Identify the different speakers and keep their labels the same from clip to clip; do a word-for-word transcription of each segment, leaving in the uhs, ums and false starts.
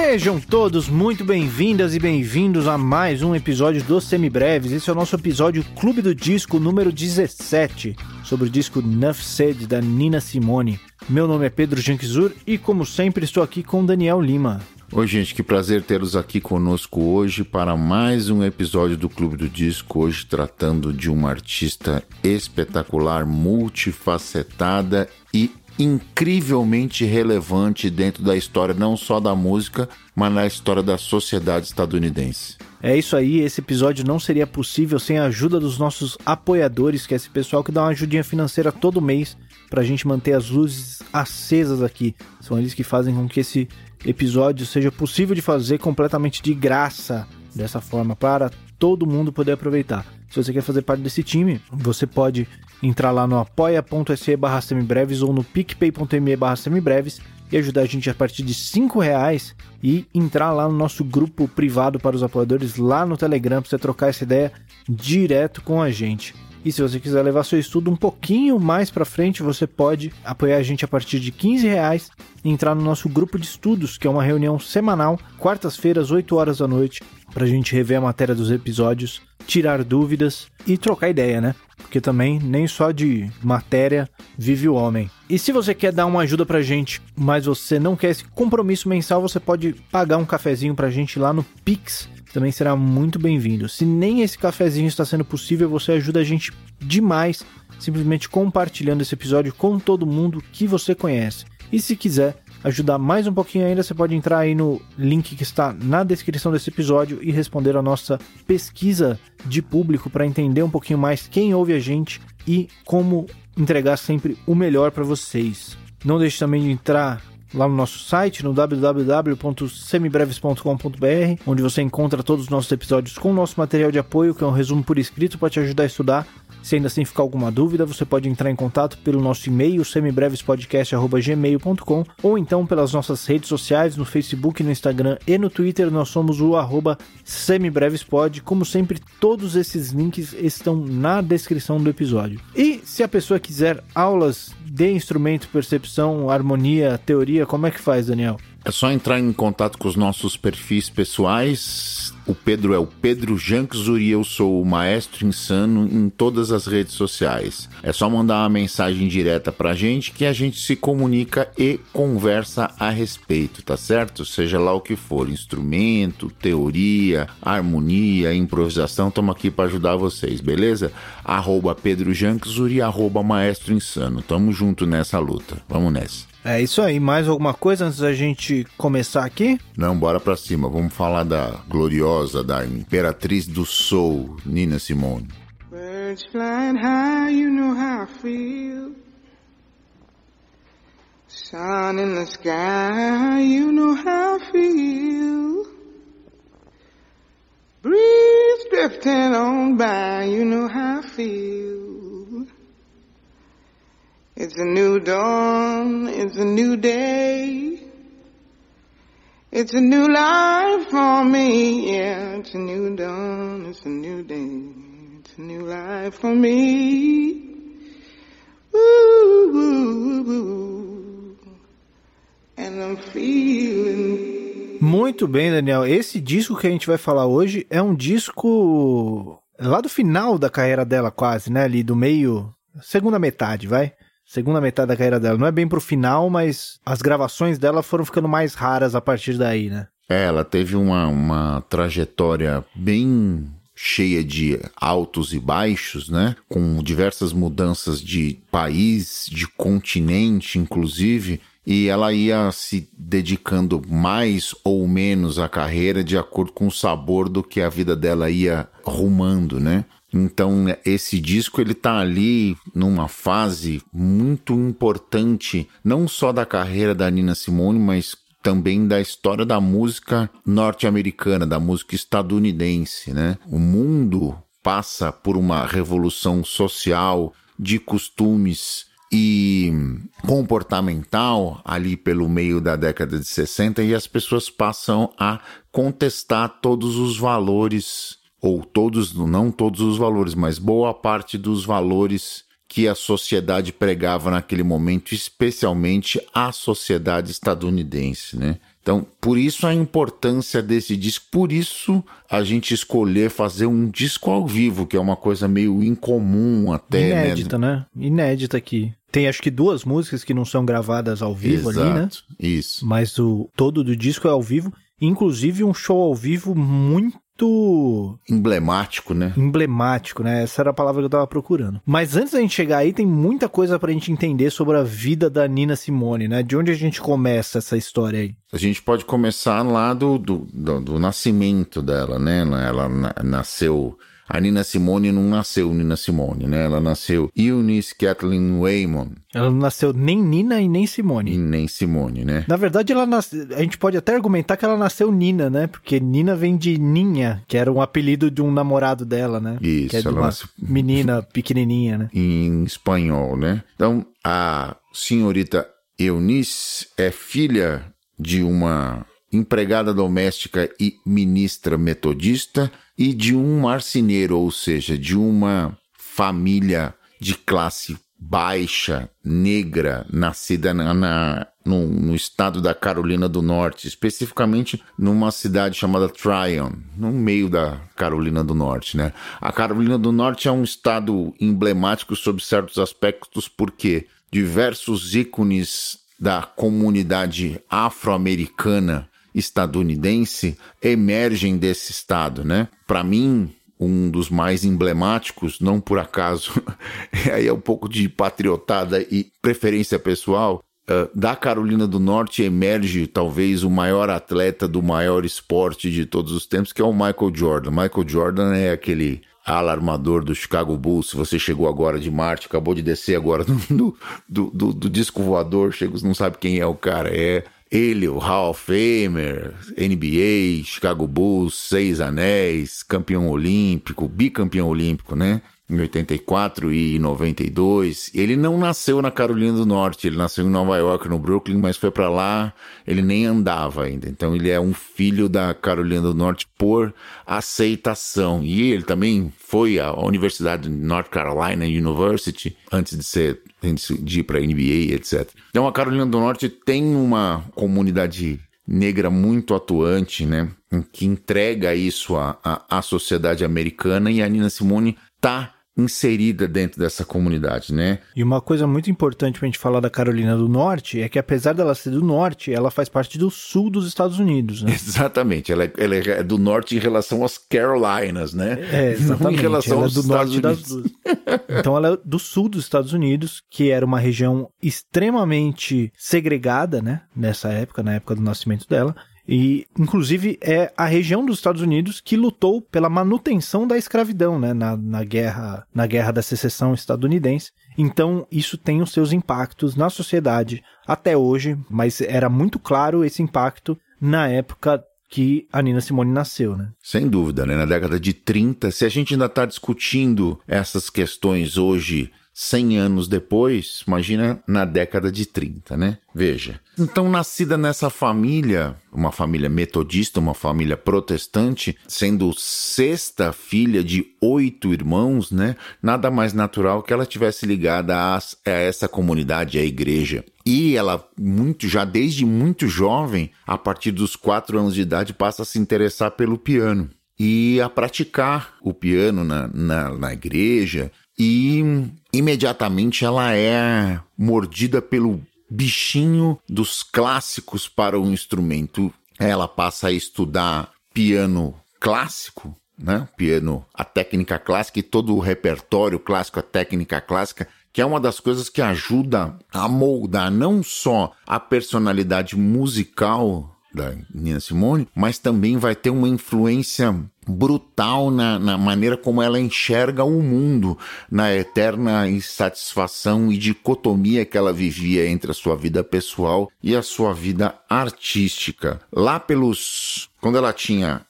Speaker 1: Sejam todos muito bem-vindas e bem-vindos a mais um episódio dos Semibreves. Esse é o nosso episódio Clube do Disco número dezessete, sobre o disco Nuff Said, da Nina Simone. Meu nome é Pedro Janczur e, como sempre, estou aqui com Daniel Lima.
Speaker 2: Oi, gente, que prazer tê-los aqui conosco hoje para mais um episódio do Clube do Disco, hoje tratando de uma artista espetacular, multifacetada e incrivelmente relevante dentro da história não só da música, mas na história da sociedade estadunidense.
Speaker 1: É isso aí, esse episódio não seria possível sem a ajuda dos nossos apoiadores, que é esse pessoal que dá uma ajudinha financeira todo mês pra gente manter as luzes acesas aqui. São eles que fazem com que esse episódio seja possível de fazer completamente de graça, dessa forma, para todo mundo poder aproveitar. Se você quer fazer parte desse time, você pode entrar lá no apoia.se barra semibreves ou no picpay.me barra semibreves e ajudar a gente a partir de cinco reais e entrar lá no nosso grupo privado para os apoiadores lá no Telegram para você trocar essa ideia direto com a gente. E se você quiser levar seu estudo um pouquinho mais para frente, você pode apoiar a gente a partir de quinze reais e entrar no nosso grupo de estudos, que é uma reunião semanal, quartas-feiras, oito horas da noite, para a gente rever a matéria dos episódios, tirar dúvidas e trocar ideia, né? Porque também nem só de matéria vive o homem. E se você quer dar uma ajuda pra gente, mas você não quer esse compromisso mensal, você pode pagar um cafezinho pra gente lá no Pix. Também será muito bem-vindo. Se nem esse cafezinho está sendo possível, você ajuda a gente demais, simplesmente compartilhando esse episódio com todo mundo que você conhece. E se quiser ajudar mais um pouquinho ainda, você pode entrar aí no link que está na descrição desse episódio e responder a nossa pesquisa de público para entender um pouquinho mais quem ouve a gente e como entregar sempre o melhor para vocês. Não deixe também de entrar lá no nosso site, no w w w ponto semibreves ponto com ponto b r, onde você encontra todos os nossos episódios com o nosso material de apoio, que é um resumo por escrito para te ajudar a estudar. Se ainda assim ficar alguma dúvida, você pode entrar em contato pelo nosso e-mail, semibrevespodcast arroba gmail ponto com, ou então pelas nossas redes sociais, no Facebook, no Instagram e no Twitter. Nós somos o arroba semibrevespod. Como sempre, todos esses links estão na descrição do episódio. E se a pessoa quiser aulas de instrumento, percepção, harmonia, teoria, como é que faz, Daniel?
Speaker 2: É só entrar em contato com os nossos perfis pessoais. O Pedro é o Pedro Janczur e eu sou o Maestro Insano em todas as redes sociais. É só mandar uma mensagem direta pra gente que a gente se comunica e conversa a respeito, tá certo? Seja lá o que for, instrumento, teoria, harmonia, improvisação, estamos aqui para ajudar vocês, beleza? Arroba Pedro Janczur e arroba Maestro Insano. Tamo junto nessa luta. Vamos nessa.
Speaker 1: É isso aí, mais alguma coisa antes da gente começar aqui?
Speaker 2: Não, bora pra cima, vamos falar da gloriosa, da imperatriz do soul, Nina Simone.
Speaker 3: Birds flying high, you know how I feel. Sun in the sky, you know how I feel. Breeze drifting on by, you know how I feel. It's a new dawn, it's a new day. It's a new life for me, yeah. It's a new dawn, it's a new day. It's a new life for me. Ooh, ooh, ooh. And I'm feeling...
Speaker 1: Muito bem, Daniel. Esse disco que a gente vai falar hoje é um disco lá do final da carreira dela quase, né? Ali do meio, segunda metade, vai? Segunda metade da carreira dela. Não é bem pro final, mas as gravações dela foram ficando mais raras a partir daí, né?
Speaker 2: É, ela teve uma, uma trajetória bem cheia de altos e baixos, né? Com diversas mudanças de país, de continente, inclusive. E ela ia se dedicando mais ou menos à carreira de acordo com o sabor do que a vida dela ia rumando, né? Então, esse disco, ele tá ali numa fase muito importante, não só da carreira da Nina Simone, mas também da história da música norte-americana, da música estadunidense, né? O mundo passa por uma revolução social, de costumes e comportamental ali pelo meio da década de sessenta, e as pessoas passam a contestar todos os valores, ou todos, não todos os valores, mas boa parte dos valores que a sociedade pregava naquele momento, especialmente a sociedade estadunidense, né? Então, por isso a importância desse disco, por isso a gente escolher fazer um disco ao vivo, que é uma coisa meio incomum até,
Speaker 1: Inédita, né? né? Inédita aqui. Tem acho que duas músicas que não são gravadas ao vivo.
Speaker 2: Exato,
Speaker 1: ali, né?
Speaker 2: Isso.
Speaker 1: Mas o todo do disco é ao vivo, inclusive um show ao vivo muito
Speaker 2: emblemático, né?
Speaker 1: Emblemático, né? Essa era a palavra que eu tava procurando. Mas antes da gente chegar aí, tem muita coisa pra gente entender sobre a vida da Nina Simone, né? De onde a gente começa essa história aí?
Speaker 2: A gente pode começar lá do, do, do, do nascimento dela, né? Ela na, nasceu... A Nina Simone não nasceu Nina Simone, né? Ela nasceu Eunice Kathleen Waymon.
Speaker 1: Ela não nasceu nem Nina e nem Simone.
Speaker 2: E nem Simone, né?
Speaker 1: Na verdade, ela nasce... a gente pode até argumentar que ela nasceu Nina, né? Porque Nina vem de Ninha, que era um apelido de um namorado dela, né?
Speaker 2: Isso,
Speaker 1: que é de
Speaker 2: ela
Speaker 1: uma
Speaker 2: nasceu...
Speaker 1: menina pequenininha, né?
Speaker 2: Em espanhol, né? Então, a senhorita Eunice é filha de uma empregada doméstica e ministra metodista e de um marceneiro, ou seja, de uma família de classe baixa, negra, nascida na, na, no, no estado da Carolina do Norte, especificamente numa cidade chamada Tryon, no meio da Carolina do Norte, né? A Carolina do Norte é um estado emblemático sob certos aspectos porque diversos ícones da comunidade afro-americana estadunidense emergem desse estado, né? Para mim, um dos mais emblemáticos, não por acaso, aí é um pouco de patriotada e preferência pessoal, uh, da Carolina do Norte emerge talvez o maior atleta do maior esporte de todos os tempos, que é o Michael Jordan. Michael Jordan é aquele alarmador do Chicago Bulls. Se você chegou agora de Marte, acabou de descer agora do, do, do, do disco voador, chega, não sabe quem é o cara, é... Ele, o Hall of Famer, N B A, Chicago Bulls, seis anéis, campeão olímpico, bicampeão olímpico, né? Em oitenta e quatro e noventa e dois. Ele não nasceu na Carolina do Norte, ele nasceu em Nova York, no Brooklyn, mas foi pra lá, ele nem andava ainda. Então ele é um filho da Carolina do Norte por aceitação. E ele também foi à Universidade de North Carolina University, antes de ser de ir para a N B A, etcétera. Então a Carolina do Norte tem uma comunidade negra muito atuante, né, que entrega isso à, à, à sociedade americana, e a Nina Simone está inserida dentro dessa comunidade, né?
Speaker 1: E uma coisa muito importante pra gente falar da Carolina do Norte é que, apesar dela ser do Norte, ela faz parte do sul dos Estados Unidos, né?
Speaker 2: Exatamente, ela é, ela é do Norte em relação às Carolinas, né?
Speaker 1: É, exatamente.
Speaker 2: Não em relação
Speaker 1: ela
Speaker 2: aos
Speaker 1: é do
Speaker 2: Estados
Speaker 1: norte
Speaker 2: Unidos.
Speaker 1: das duas. Então ela é do sul dos Estados Unidos, que era uma região extremamente segregada, né? Nessa época, na época do nascimento dela. E, inclusive, é a região dos Estados Unidos que lutou pela manutenção da escravidão, né, na, na, guerra, na guerra da secessão estadunidense. Então, isso tem os seus impactos na sociedade até hoje, mas era muito claro esse impacto na época que a Nina Simone nasceu, né?
Speaker 2: Sem dúvida, né? Na década de trinta, se a gente ainda está discutindo essas questões hoje, cem anos depois, imagina na década de trinta, né? Veja. Então, nascida nessa família, uma família metodista, uma família protestante, sendo sexta filha de oito irmãos, né? Nada mais natural que ela tivesse ligada a, a essa comunidade, à igreja. E ela, muito, já desde muito jovem, a partir dos quatro anos de idade, passa a se interessar pelo piano e a praticar o piano na, na, na igreja. E imediatamente ela é mordida pelo bichinho dos clássicos para o instrumento. Ela passa a estudar piano clássico, né? Piano, a técnica clássica e todo o repertório clássico, a técnica clássica, que é uma das coisas que ajuda a moldar não só a personalidade musical da Nina Simone, mas também vai ter uma influência brutal na, na maneira como ela enxerga o mundo, na eterna insatisfação e dicotomia que ela vivia entre a sua vida pessoal e a sua vida artística. Lá pelos... quando ela tinha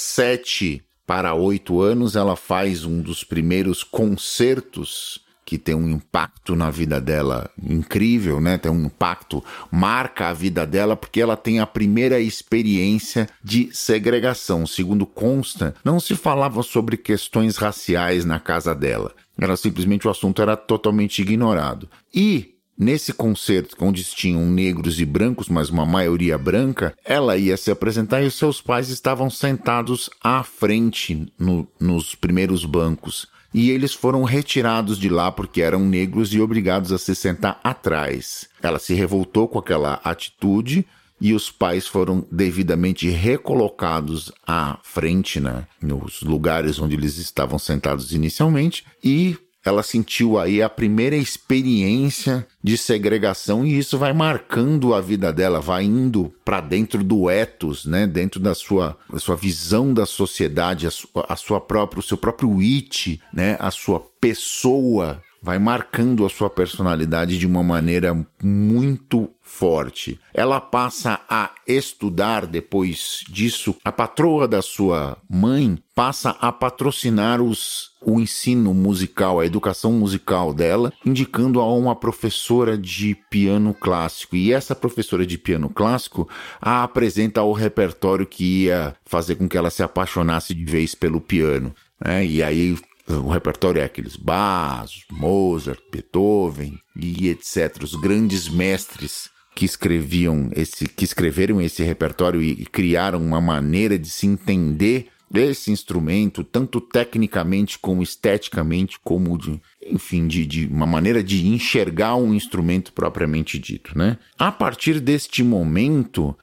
Speaker 2: sete para oito anos, ela faz um dos primeiros concertos que tem um impacto na vida dela incrível, né? Tem um impacto, marca a vida dela, porque ela tem a primeira experiência de segregação. Segundo consta, não se falava sobre questões raciais na casa dela. Era simplesmente, o assunto era totalmente ignorado. E nesse concerto, onde tinham negros e brancos, mas uma maioria branca, ela ia se apresentar e os seus pais estavam sentados à frente no, nos primeiros bancos. E eles foram retirados de lá porque eram negros e obrigados a se sentar atrás. Ela se revoltou com aquela atitude e os pais foram devidamente recolocados à frente, né, nos lugares onde eles estavam sentados inicialmente, e ela sentiu aí a primeira experiência de segregação e isso vai marcando a vida dela, vai indo para dentro do ethos, né? Dentro da sua, da sua visão da sociedade, a sua, a sua própria, o seu próprio it, né? A sua pessoa, vai marcando a sua personalidade de uma maneira muito forte. Ela passa a estudar depois disso. A patroa da sua mãe passa a patrocinar os, o ensino musical, a educação musical dela, indicando a uma professora de piano clássico. E essa professora de piano clássico a apresenta ao repertório que ia fazer com que ela se apaixonasse de vez pelo piano, né? E aí o repertório é aqueles Bach, Mozart, Beethoven e etcétera. Os grandes mestres que escreviam esse, que escreveram esse repertório e criaram uma maneira de se entender esse instrumento, tanto tecnicamente como esteticamente, como de, enfim, de, de uma maneira de enxergar um instrumento propriamente dito, né? A partir deste momento,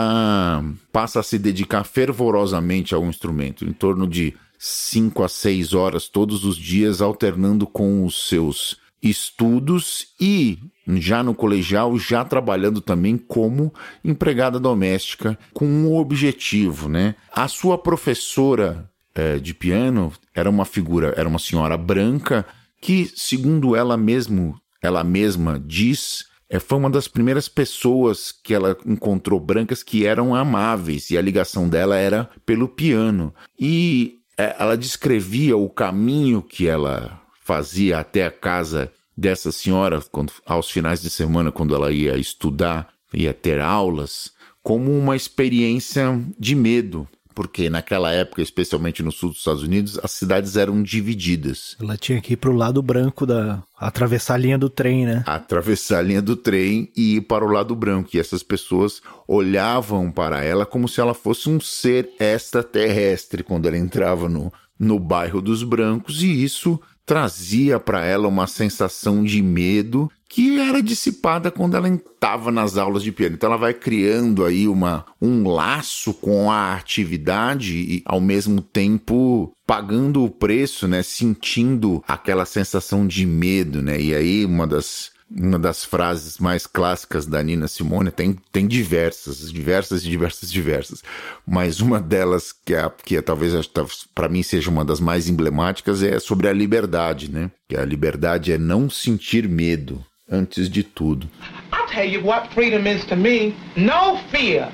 Speaker 2: ela passa a se dedicar fervorosamente ao instrumento, em torno de cinco a seis horas todos os dias, alternando com os seus estudos e, já no colegial, já trabalhando também como empregada doméstica, com um objetivo, né? A sua professora é, de piano era uma figura, era uma senhora branca que, segundo ela mesmo, ela mesma diz, é, foi uma das primeiras pessoas que ela encontrou brancas que eram amáveis, e a ligação dela era pelo piano. E ela descrevia o caminho que ela fazia até a casa dessa senhora, quando, aos finais de semana, quando ela ia estudar, ia ter aulas, como uma experiência de medo, porque naquela época, especialmente no sul dos Estados Unidos, as cidades eram divididas.
Speaker 1: Ela tinha que ir pro lado branco, da atravessar a linha do trem, né?
Speaker 2: Atravessar a linha do trem e ir para o lado branco. E essas pessoas olhavam para ela como se ela fosse um ser extraterrestre quando ela entrava no, no bairro dos brancos, e isso trazia para ela uma sensação de medo que era dissipada quando ela estava nas aulas de piano. Então ela vai criando aí uma, um laço com a atividade e, ao mesmo tempo, pagando o preço, né? Sentindo aquela sensação de medo, né? E aí uma das, uma das frases mais clássicas da Nina Simone, tem, tem diversas, diversas, diversas, diversas, mas uma delas que, é, que é, talvez para mim seja uma das mais emblemáticas é sobre a liberdade, né? Que a liberdade é não sentir medo antes de tudo.
Speaker 4: I'll tell you what freedom is to me. No fear.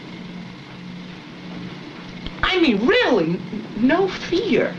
Speaker 4: I mean, really, no fear.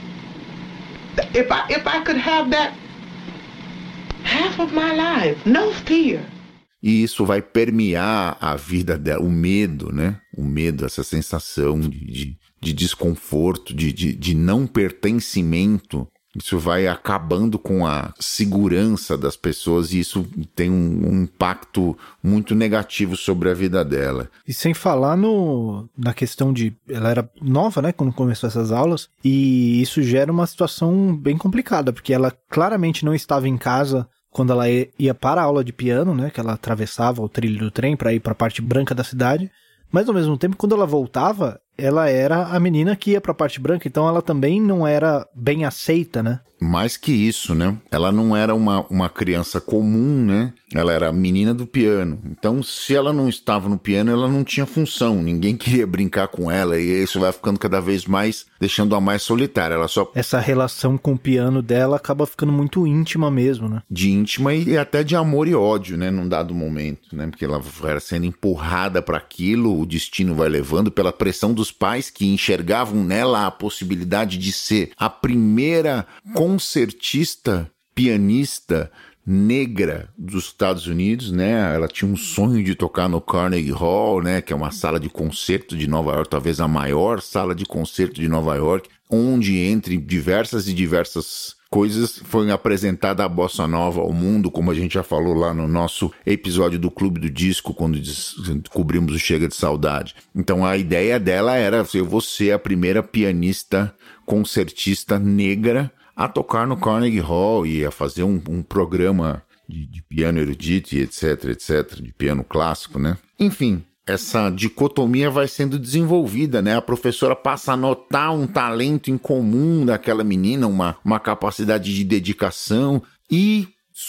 Speaker 4: If I, if I could have that half of my life, no fear.
Speaker 2: E isso vai permear a vida dela, o medo, né? O medo, essa sensação de, de, de desconforto, de, de, de não pertencimento. Isso vai acabando com a segurança das pessoas e isso tem um, um impacto muito negativo sobre a vida dela.
Speaker 1: E sem falar no, na questão de... Ela era nova, né, quando começou essas aulas, e isso gera uma situação bem complicada, porque ela claramente não estava em casa quando ela ia para a aula de piano, né, que ela atravessava o trilho do trem para ir para a parte branca da cidade, mas ao mesmo tempo, quando ela voltava, ela era a menina que ia para a parte branca, então ela também não era bem aceita, né?
Speaker 2: Mais que isso, né? Ela não era uma, uma criança comum, né? Ela era a menina do piano. Então, se ela não estava no piano, ela não tinha função. Ninguém queria brincar com ela e isso vai ficando cada vez mais, deixando-a mais solitária. Ela só...
Speaker 1: Essa relação com o piano dela acaba ficando muito íntima mesmo, né?
Speaker 2: De íntima e até de amor e ódio, né? Num dado momento, né? Porque ela era sendo empurrada para aquilo, o destino vai levando pela pressão dos pais que enxergavam nela a possibilidade de ser a primeira concertista, pianista negra dos Estados Unidos, né? Ela tinha um sonho de tocar no Carnegie Hall, né? Que é uma sala de concerto de Nova York, talvez a maior sala de concerto de Nova York, onde entre diversas e diversas coisas foi apresentada a bossa nova ao mundo, como a gente já falou lá no nosso episódio do Clube do Disco, quando cobrimos o Chega de Saudade. Então a ideia dela era: eu vou ser a primeira pianista concertista negra a tocar no Carnegie Hall e a fazer um, um programa de, de piano erudito e etc, etc, de piano clássico, né? Enfim, essa dicotomia vai sendo desenvolvida, né? A professora passa a notar um talento em comum daquela menina, uma, uma capacidade de dedicação, e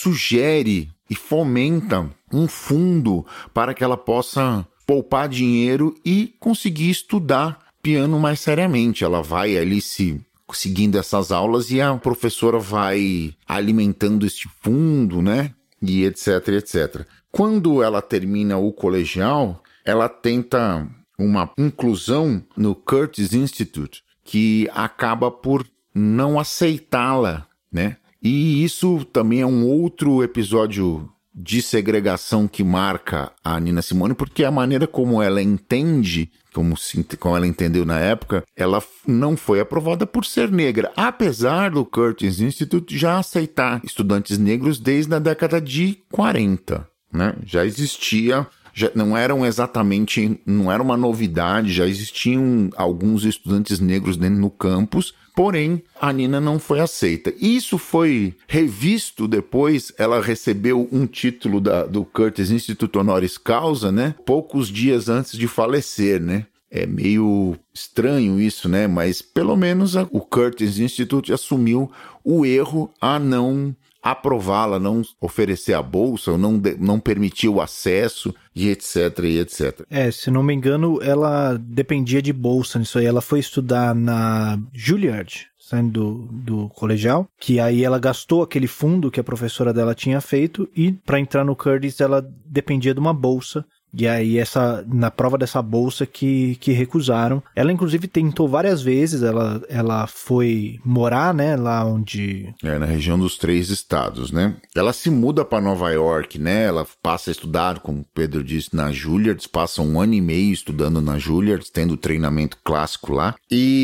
Speaker 2: sugere e fomenta um fundo para que ela possa poupar dinheiro e conseguir estudar piano mais seriamente. Ela vai ali se seguindo essas aulas e a professora vai alimentando este fundo, né? E etc, etcétera. Quando ela termina o colegial, ela tenta uma inclusão no Curtis Institute, que acaba por não aceitá-la, né? E isso também é um outro episódio de segregação que marca a Nina Simone, porque a maneira como ela entende, como, se, como ela entendeu na época, ela não foi aprovada por ser negra, apesar do Curtis Institute já aceitar estudantes negros desde a década de quarenta, né? Já existia... Já não eram exatamente, não era uma novidade, já existiam alguns estudantes negros dentro no campus, porém a Nina não foi aceita. Isso foi revisto depois, ela recebeu um título da, do Curtis Institute Honoris Causa, né? Poucos dias antes de falecer, né? É meio estranho isso, né? Mas pelo menos a, o Curtis Institute assumiu o erro a não aprová-la, não oferecer a bolsa, ou não, de, não permitir o acesso, e etc, e etcétera.
Speaker 1: É, se não me engano, ela dependia de bolsa nisso aí. Ela foi estudar na Juilliard, saindo do, do colegial, que aí ela gastou aquele fundo que a professora dela tinha feito, e para entrar no Curtis ela dependia de uma bolsa. E aí, essa, na prova dessa bolsa que, que recusaram. Ela, inclusive, tentou várias vezes. Ela, ela foi morar, né, lá onde...
Speaker 2: É, na região dos três estados, né? Ela se muda para Nova York, né? Ela passa a estudar, como o Pedro disse, na Juilliard. Passa um ano e meio estudando na Juilliard, tendo treinamento clássico lá.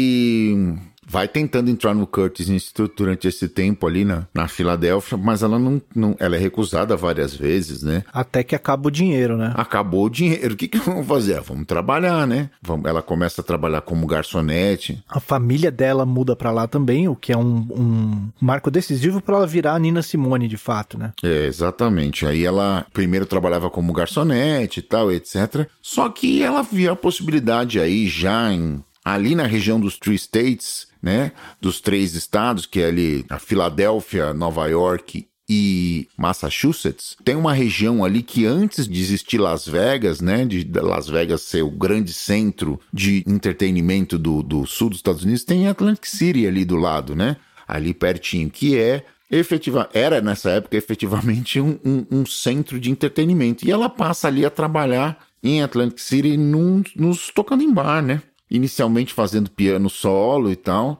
Speaker 2: E... vai tentando entrar no Curtis Institute durante esse tempo ali na, na Filadélfia, mas ela não, não, ela é recusada várias vezes, né?
Speaker 1: Até que acaba o dinheiro, né?
Speaker 2: Acabou o dinheiro. O que que vamos fazer? Vamos trabalhar, né? Vamos, ela começa a trabalhar como garçonete.
Speaker 1: A família dela muda pra lá também, o que é um, um marco decisivo pra ela virar a Nina Simone, de fato, né?
Speaker 2: É, exatamente. Aí ela primeiro trabalhava como garçonete e tal, etcétera. Só que ela via a possibilidade aí já em... ali na região dos Three States, né, dos três estados, que é ali a Filadélfia, Nova York e Massachusetts, tem uma região ali que antes de existir Las Vegas, né, de Las Vegas ser o grande centro de entretenimento do, do sul dos Estados Unidos, tem Atlantic City ali do lado, né, ali pertinho, que é efetiva, era nessa época efetivamente um, um, um centro de entretenimento. E ela passa ali a trabalhar em Atlantic City num, nos tocando em bar, né? Inicialmente fazendo piano solo e tal,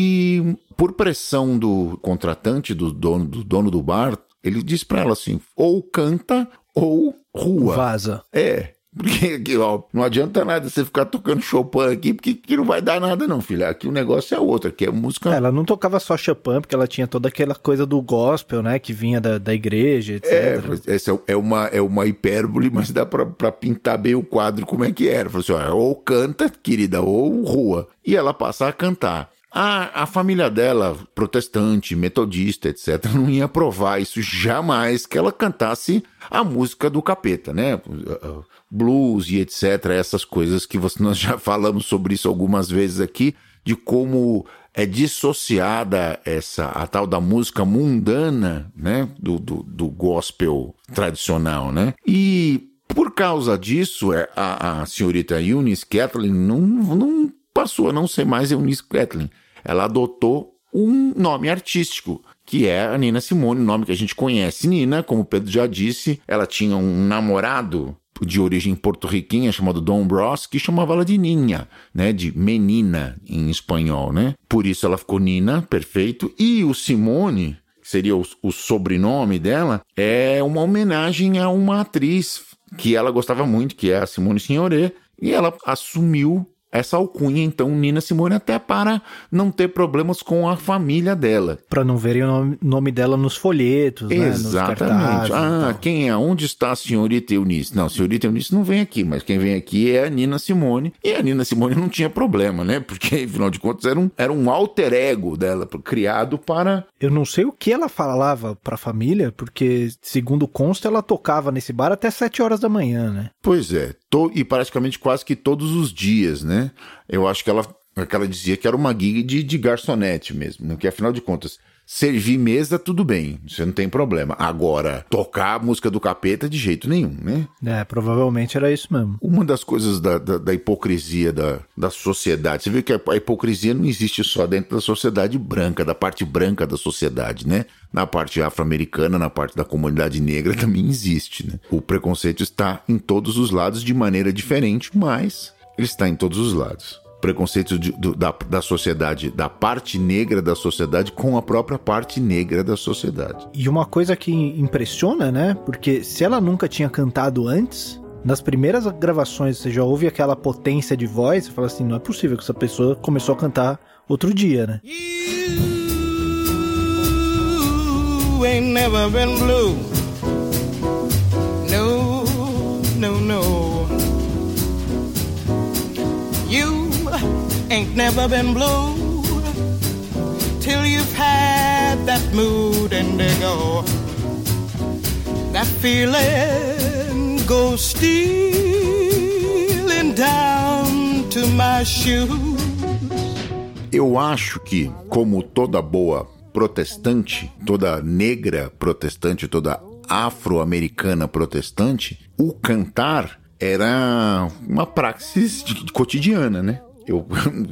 Speaker 2: e por pressão do contratante, do dono do, dono do bar, ele diz pra ela assim, ou canta ou rua.
Speaker 1: Vaza.
Speaker 2: É, porque aqui, ó, não adianta nada você ficar tocando Chopin aqui, porque aqui não vai dar nada não, filha. Aqui o negócio é outro, aqui é música...
Speaker 1: Ela não tocava só Chopin, porque ela tinha toda aquela coisa do gospel, né, que vinha da, da igreja, etcétera.
Speaker 2: É, essa é uma, é uma hipérbole, mas dá pra, pra pintar bem o quadro como é que era. Falou assim, ó, ou canta, querida, ou rua. E ela passa a cantar. A, a família dela, protestante, metodista, etcétera, não ia aprovar isso jamais, que ela cantasse a música do capeta, né? Blues e etcétera, essas coisas que você, nós já falamos sobre isso algumas vezes aqui, de como é dissociada essa, a tal da música mundana, né? Do, do, do gospel tradicional, né? E por causa disso, a, a senhorita Eunice Kathleen não, não passou a não ser mais Eunice Kathleen. Ela adotou um nome artístico, que é a Nina Simone, o nome que a gente conhece. Nina, como o Pedro já disse, ela tinha um namorado de origem porto-riquenha chamado Don Bros, que chamava ela de Ninha, né, de menina em espanhol, né? Por isso ela ficou Nina, perfeito. E o Simone seria o, o sobrenome dela, é uma homenagem a uma atriz que ela gostava muito, que é a Simone Signoret, e ela assumiu essa alcunha, então, Nina Simone, até para não ter problemas com a família dela.
Speaker 1: Para não verem o nome, nome dela nos folhetos,
Speaker 2: exatamente,
Speaker 1: né? Nos cartazes.
Speaker 2: Ah, quem é? Onde está a senhorita Eunice? Não, a senhorita Eunice não vem aqui, mas quem vem aqui é a Nina Simone. E a Nina Simone não tinha problema, né? Porque, afinal de contas, era um, era um alter ego dela, criado para...
Speaker 1: Eu não sei o que ela falava para a família, porque, segundo consta, ela tocava nesse bar até sete horas da manhã, né?
Speaker 2: Pois é, to, e praticamente quase que todos os dias, né? Eu acho que ela, que ela dizia que era uma gig de, de garçonete mesmo, né? Que afinal de contas, servir mesa, tudo bem, você não tem problema. Agora, tocar a música do Capeta de jeito nenhum, né?
Speaker 1: É, provavelmente era isso mesmo.
Speaker 2: Uma das coisas da, da, da hipocrisia da, da sociedade, você vê que a, a hipocrisia não existe só dentro da sociedade branca, da parte branca da sociedade, né? Na parte afro-americana, na parte da comunidade negra também existe, né? O preconceito está em todos os lados de maneira diferente, mas ele está em todos os lados. Preconceito de, do, da, da sociedade, da parte negra da sociedade com a própria parte negra da sociedade.
Speaker 1: E uma coisa que impressiona, né? Porque se ela nunca tinha cantado antes, nas primeiras gravações você já ouve aquela potência de voz, você fala assim, não é possível que essa pessoa começou a cantar outro dia, né?
Speaker 3: You ain't never been blue. No, no, no. You ain't never been blue till you've had that mood indigo. That feeling goes stealing down to my shoes.
Speaker 2: Eu acho que, como toda boa protestante, toda negra protestante, toda afro-americana protestante, o cantar era uma praxis de, de cotidiana, né? Eu,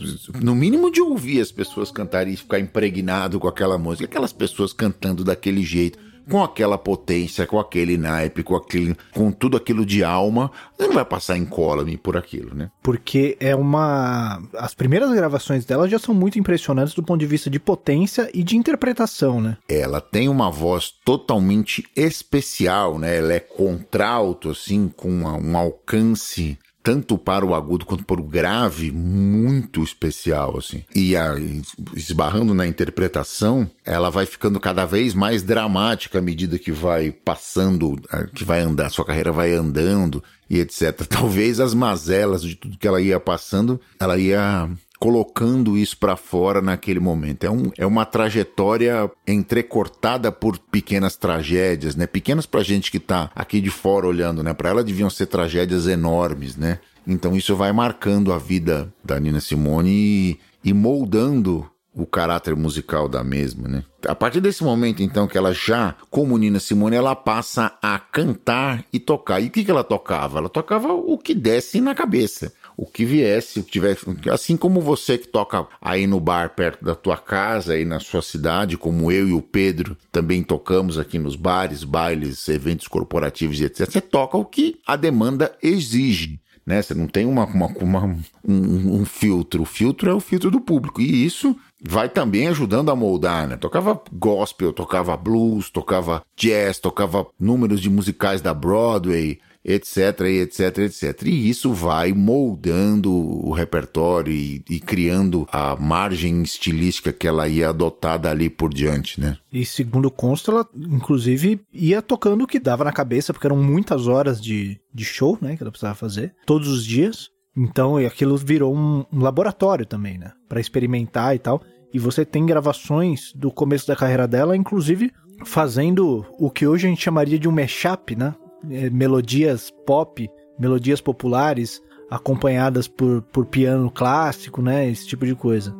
Speaker 2: no mínimo de ouvir as pessoas cantarem e ficar impregnado com aquela música, aquelas pessoas cantando daquele jeito, com aquela potência, com aquele naipe, com, aquele, com tudo aquilo de alma, você não vai passar incólume por aquilo, né?
Speaker 1: Porque é uma... As primeiras gravações dela já são muito impressionantes do ponto de vista de potência e de interpretação, né?
Speaker 2: Ela tem uma voz totalmente especial, né? Ela é contralto, assim, com uma, um alcance... tanto para o agudo quanto para o grave, muito especial, assim. E a, esbarrando na interpretação, ela vai ficando cada vez mais dramática à medida que vai passando, que vai andar, sua carreira vai andando e etcétera. Talvez as mazelas de tudo que ela ia passando, ela ia colocando isso para fora naquele momento. É, um, é uma trajetória entrecortada por pequenas tragédias, né? Pequenas pra gente que tá aqui de fora olhando, né? Pra ela deviam ser tragédias enormes, né? Então isso vai marcando a vida da Nina Simone e, e moldando o caráter musical da mesma, né? A partir desse momento, então, que ela já, como Nina Simone, ela passa a cantar e tocar. E o que que ela tocava? Ela tocava o que desse na cabeça. O que viesse, o que tivesse, assim como você que toca aí no bar perto da tua casa, aí na sua cidade, como eu e o Pedro também tocamos aqui nos bares, bailes, eventos corporativos e etcétera. Você toca o que a demanda exige, né? Você não tem uma, uma, uma, um, um filtro. O filtro é o filtro do público. E isso vai também ajudando a moldar, né? Tocava gospel, tocava blues, tocava jazz, tocava números de musicais da Broadway, etc, etc, etc. E isso vai moldando o repertório e, e criando a margem estilística que ela ia adotar dali por diante, né?
Speaker 1: E segundo consta, ela inclusive ia tocando o que dava na cabeça, porque eram muitas horas de, de show, né, que ela precisava fazer, todos os dias. Então aquilo virou um, um laboratório também, né, para experimentar e tal. E você tem gravações do começo da carreira dela, inclusive fazendo o que hoje a gente chamaria de um mashup, né? Melodias pop, melodias populares acompanhadas por, por piano clássico, né? Esse tipo de coisa.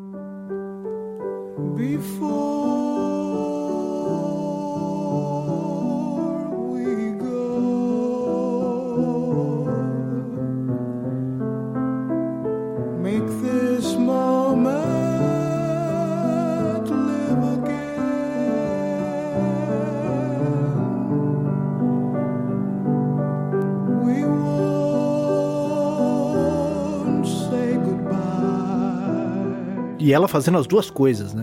Speaker 3: Before we go, make this moment live again. We won't say goodbye.
Speaker 1: E ela fazendo as duas coisas, né? O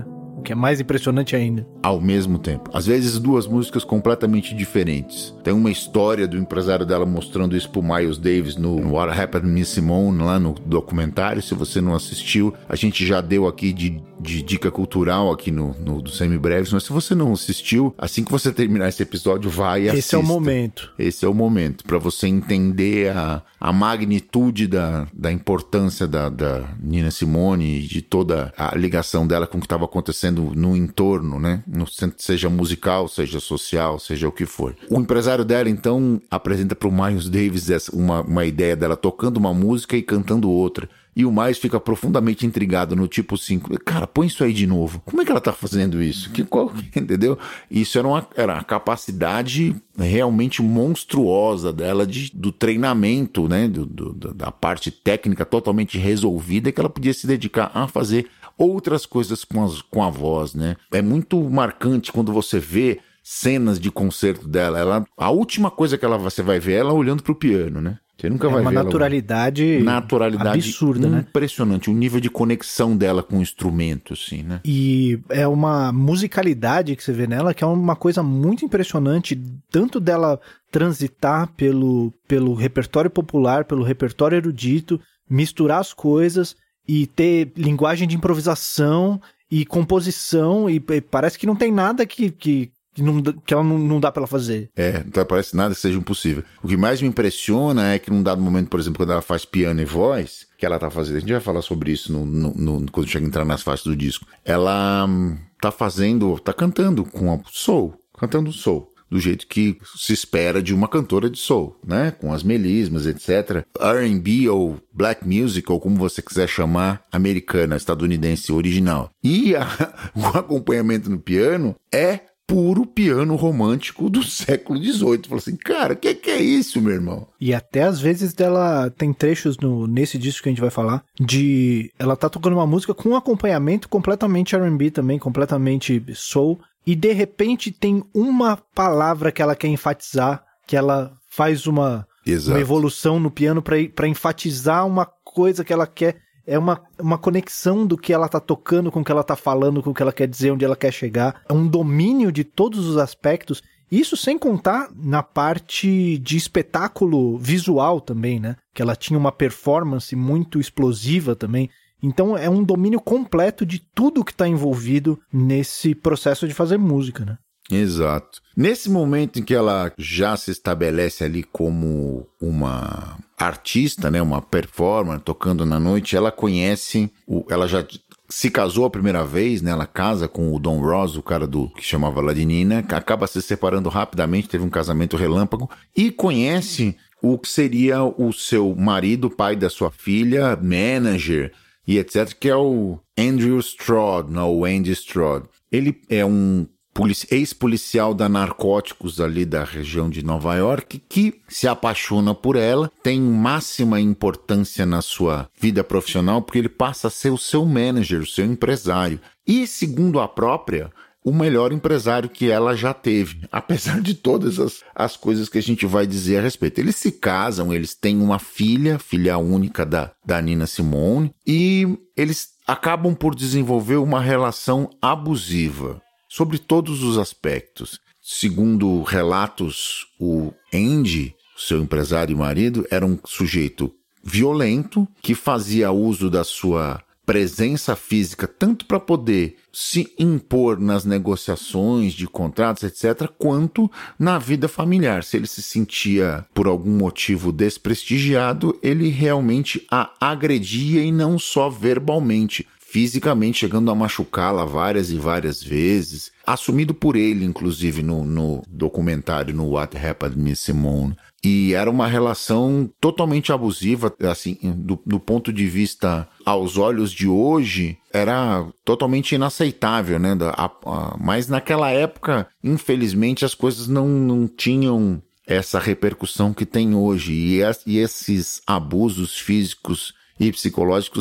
Speaker 1: que é mais impressionante ainda.
Speaker 2: Ao mesmo tempo. Às vezes duas músicas completamente diferentes. Tem uma história do empresário dela mostrando isso pro Miles Davis no What Happened to Miss Simone, lá no documentário. Se você não assistiu, a gente já deu aqui de, de dica cultural aqui no, no do Semibreves, mas se você não assistiu, assim que você terminar esse episódio, vai e assista.
Speaker 1: Esse é o momento.
Speaker 2: Esse é o momento, para você entender a, a magnitude da, da importância da, da Nina Simone e de toda a ligação dela com o que estava acontecendo no entorno, né? No, seja musical, seja social, seja o que for. O empresário dela, então, apresenta para o Miles Davis essa, uma, uma ideia dela tocando uma música e cantando outra. E o Miles fica profundamente intrigado no tipo cinco. Cara, põe isso aí de novo. Como é que ela tá fazendo isso? Que, qual, entendeu? Isso era uma, era uma capacidade realmente monstruosa dela de, do treinamento, né? Do, do, da parte técnica totalmente resolvida que ela podia se dedicar a fazer outras coisas com, as, com a voz, né? É muito marcante quando você vê cenas de concerto dela. Ela, a última coisa que ela, você vai ver é ela olhando pro piano, né? Você nunca
Speaker 1: é
Speaker 2: vai
Speaker 1: uma
Speaker 2: ver
Speaker 1: naturalidade,
Speaker 2: ela... naturalidade
Speaker 1: absurda, né?
Speaker 2: Impressionante, o nível de conexão dela com o instrumento, assim, né?
Speaker 1: E é uma musicalidade que você vê nela que é uma coisa muito impressionante, tanto dela transitar pelo, pelo repertório popular, pelo repertório erudito, misturar as coisas e ter linguagem de improvisação e composição, e, e parece que não tem nada que... que Que, não, que ela não, não dá pra ela fazer.
Speaker 2: É, não parece nada que seja impossível. O que mais me impressiona é que num dado momento, por exemplo, quando ela faz piano e voz, que ela tá fazendo, a gente vai falar sobre isso no, no, no, quando chega a entrar nas faixas do disco, ela hum, tá fazendo, tá cantando com a soul, cantando soul, do jeito que se espera de uma cantora de soul, né? Com as melismas, etcétera. R and B ou black music, ou como você quiser chamar, americana, estadunidense, original. E a, o acompanhamento no piano é puro piano romântico do século dezoito. Falei assim, cara, o que, que é isso, meu irmão?
Speaker 1: E até às vezes dela tem trechos no, nesse disco que a gente vai falar, de ela tá tocando uma música com um acompanhamento completamente R and B também, completamente soul, e de repente tem uma palavra que ela quer enfatizar, que ela faz uma, uma evolução no piano para enfatizar uma coisa que ela quer. É uma, uma conexão do que ela tá tocando com o que ela tá falando, com o que ela quer dizer, onde ela quer chegar. É um domínio de todos os aspectos. Isso sem contar na parte de espetáculo visual também, né? Que ela tinha uma performance muito explosiva também. Então é um domínio completo de tudo que tá envolvido nesse processo de fazer música, né?
Speaker 2: Exato. Nesse momento em que ela já se estabelece ali como uma artista, né, uma performer, tocando na noite, ela conhece, o, ela já se casou a primeira vez, né, ela casa com o Don Ross, o cara do que chamava ela de Nina, acaba se separando rapidamente, teve um casamento relâmpago, e conhece o que seria o seu marido, pai da sua filha, manager, e etcétera, que é o Andrew Strode, não, o Andy Strode. Ele é um ex-policial da narcóticos ali da região de Nova York, que se apaixona por ela, tem máxima importância na sua vida profissional, porque ele passa a ser o seu manager, o seu empresário. E, segundo a própria, o melhor empresário que ela já teve, apesar de todas as, as coisas que a gente vai dizer a respeito. Eles se casam, eles têm uma filha, filha única da, da Nina Simone, e eles acabam por desenvolver uma relação abusiva sobre todos os aspectos. Segundo relatos, o Andy, seu empresário e marido, era um sujeito violento que fazia uso da sua presença física tanto para poder se impor nas negociações de contratos, etcétera, quanto na vida familiar. Se ele se sentia, por algum motivo, desprestigiado, ele realmente a agredia, e não só verbalmente, fisicamente, chegando a machucá-la várias e várias vezes, assumido por ele, inclusive, no, no documentário, no What Happened to Miss Simone. E era uma relação totalmente abusiva, assim, do, do ponto de vista, aos olhos de hoje, era totalmente inaceitável, né? A, a, mas naquela época, infelizmente, as coisas não, não tinham essa repercussão que tem hoje. E, es, e esses abusos físicos e psicológicos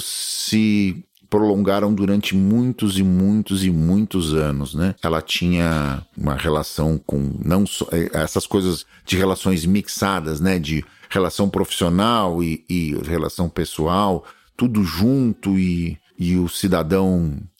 Speaker 2: se prolongaram durante muitos e muitos e muitos anos, né? Ela tinha uma relação com não só essas coisas de relações mixadas, né? De relação profissional e, e relação pessoal, tudo junto, e, e o cidadão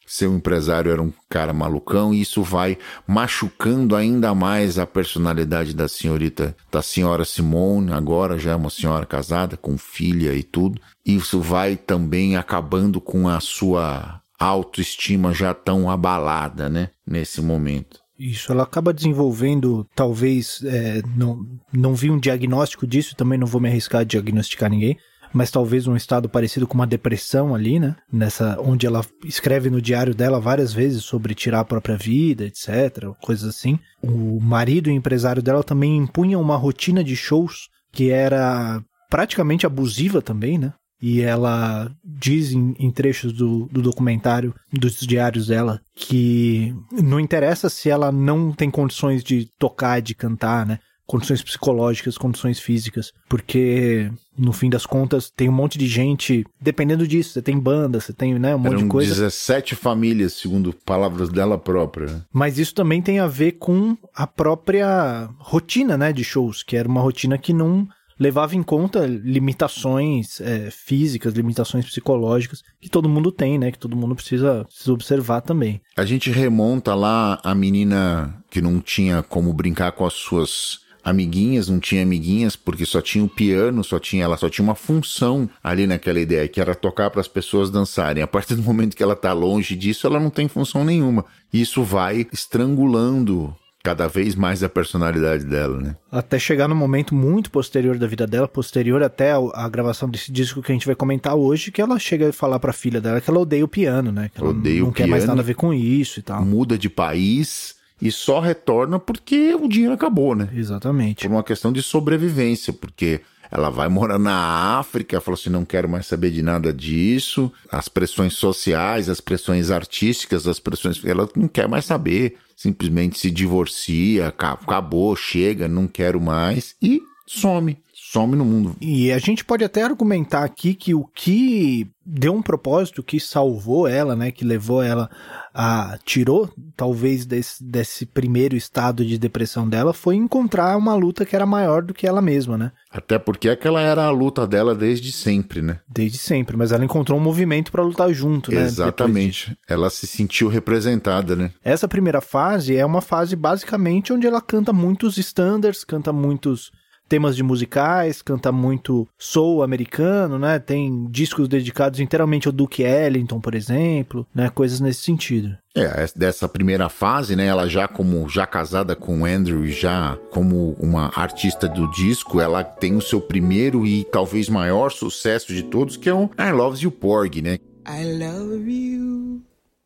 Speaker 2: seu empresário era um cara malucão, e isso vai machucando ainda mais a personalidade da senhorita, da senhora Simone, agora já é uma senhora casada, com filha e tudo. Isso vai também acabando com a sua autoestima já tão abalada, né, nesse momento.
Speaker 1: Isso, ela acaba desenvolvendo, talvez, é, não, não vi um diagnóstico disso, também não vou me arriscar a diagnosticar ninguém, mas talvez um estado parecido com uma depressão ali, né? Nessa, onde ela escreve no diário dela várias vezes sobre tirar a própria vida, etcétera, coisas assim. O marido e empresário dela também impunham uma rotina de shows que era praticamente abusiva também, né? E ela diz em, em trechos do, do documentário, dos diários dela, que não interessa se ela não tem condições de tocar, de cantar, né? Condições psicológicas, condições físicas, porque no fim das contas tem um monte de gente dependendo disso. Você tem banda, você tem, né, um monte
Speaker 2: Eram
Speaker 1: de coisa.
Speaker 2: dezessete famílias, segundo palavras dela própria, né?
Speaker 1: Mas isso também tem a ver com a própria rotina, né, de shows, que era uma rotina que não levava em conta limitações é, físicas, limitações psicológicas, que todo mundo tem, né? Que todo mundo precisa, precisa observar também.
Speaker 2: A gente remonta lá a menina que não tinha como brincar com as suas amiguinhas, não tinha amiguinhas, porque só tinha o piano, só tinha, ela só tinha uma função ali naquela ideia, que era tocar para as pessoas dançarem. A partir do momento que ela está longe disso, ela não tem função nenhuma. Isso vai estrangulando cada vez mais a personalidade dela, né?
Speaker 1: Até chegar no momento muito posterior da vida dela, posterior até a, a gravação desse disco que a gente vai comentar hoje, que ela chega a falar pra filha dela que ela odeia o piano, né? Que ela
Speaker 2: odeia
Speaker 1: não
Speaker 2: o
Speaker 1: quer
Speaker 2: piano,
Speaker 1: mais nada a ver com isso e tal.
Speaker 2: Muda de país e só retorna porque o dinheiro acabou, né?
Speaker 1: Exatamente.
Speaker 2: Por uma questão de sobrevivência, porque ela vai morar na África, falou assim, não quero mais saber de nada disso. As pressões sociais, as pressões artísticas, as pressões... Ela não quer mais saber. Simplesmente se divorcia, acabou, chega, não quero mais. E some. Some no mundo.
Speaker 1: E a gente pode até argumentar aqui que o que deu um propósito, que salvou ela, né, que levou ela a... tirou, talvez, desse, desse primeiro estado de depressão dela, foi encontrar uma luta que era maior do que ela mesma, né?
Speaker 2: Até porque aquela era a luta dela desde sempre, né?
Speaker 1: Desde sempre, mas ela encontrou um movimento para lutar junto, né?
Speaker 2: Exatamente. Ela se sentiu representada, né?
Speaker 1: Essa primeira fase é uma fase, basicamente, onde ela canta muitos standards, canta muitos temas de musicais, canta muito soul americano, né? Tem discos dedicados inteiramente ao Duke Ellington, por exemplo, né? Coisas nesse sentido.
Speaker 2: É, dessa primeira fase, né? Ela já como já casada com o Andrew e já como uma artista do disco, ela tem o seu primeiro e talvez maior sucesso de todos, que é o I Love You Porgy, né?
Speaker 3: I love you,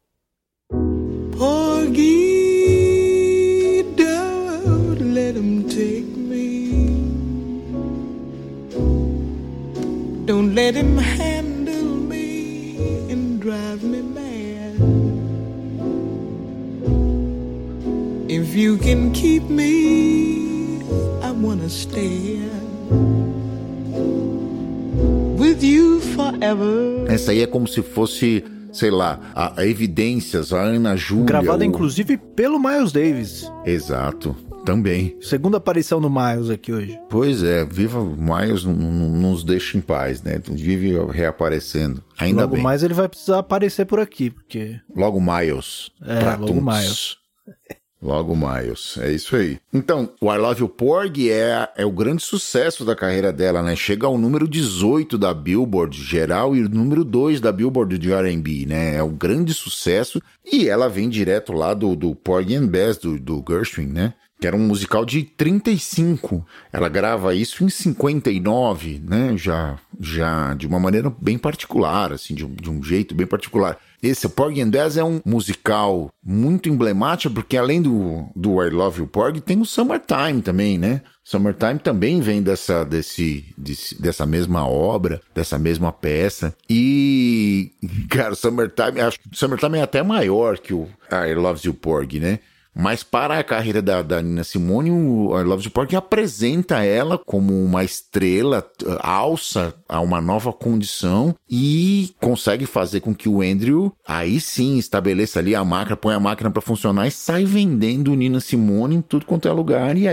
Speaker 3: Porgy, don't let him take me. Don't let him handle me and drive me mad. If you can keep me, I wanna stay with you forever.
Speaker 2: Essa aí é como se fosse, sei lá, a, a Evidências, a Ana Júlia.
Speaker 1: Gravada,
Speaker 2: o...
Speaker 1: inclusive, pelo Miles Davis.
Speaker 2: Exato. Também.
Speaker 1: Segunda aparição do Miles aqui hoje.
Speaker 2: Pois é, viva o Miles, não nos deixa em paz, né? Vive reaparecendo. Ainda
Speaker 1: logo
Speaker 2: bem.
Speaker 1: Logo mais ele vai precisar aparecer por aqui, porque...
Speaker 2: Logo Miles.
Speaker 1: É, logo Miles.
Speaker 2: Logo Miles, é isso aí. Então, o I Love You Porgy é, é o grande sucesso da carreira dela, né? Chega ao número dezoito da Billboard geral e o número dois da Billboard de R and B, né? É o grande sucesso e ela vem direto lá do, do Porgy and Bess, do, do Gershwin, né? Que era um musical de trinta e cinco. Ela grava isso em cinquenta e nove, né? Já, já de uma maneira bem particular, assim, de um, de um jeito bem particular. Esse Porgy and Bess é um musical muito emblemático, porque além do, do I Love You Porgy, tem o Summertime também, né? Summertime também vem dessa, desse, desse, dessa mesma obra, dessa mesma peça. E, cara, Summertime, acho que Summertime é até maior que o I Love You Porgy, né? Mas para a carreira da, da Nina Simone, o I Love You Porgy apresenta ela como uma estrela, alça a uma nova condição e consegue fazer com que o Andrew, aí sim, estabeleça ali a máquina, põe a máquina para funcionar e sai vendendo Nina Simone em tudo quanto é lugar. E aí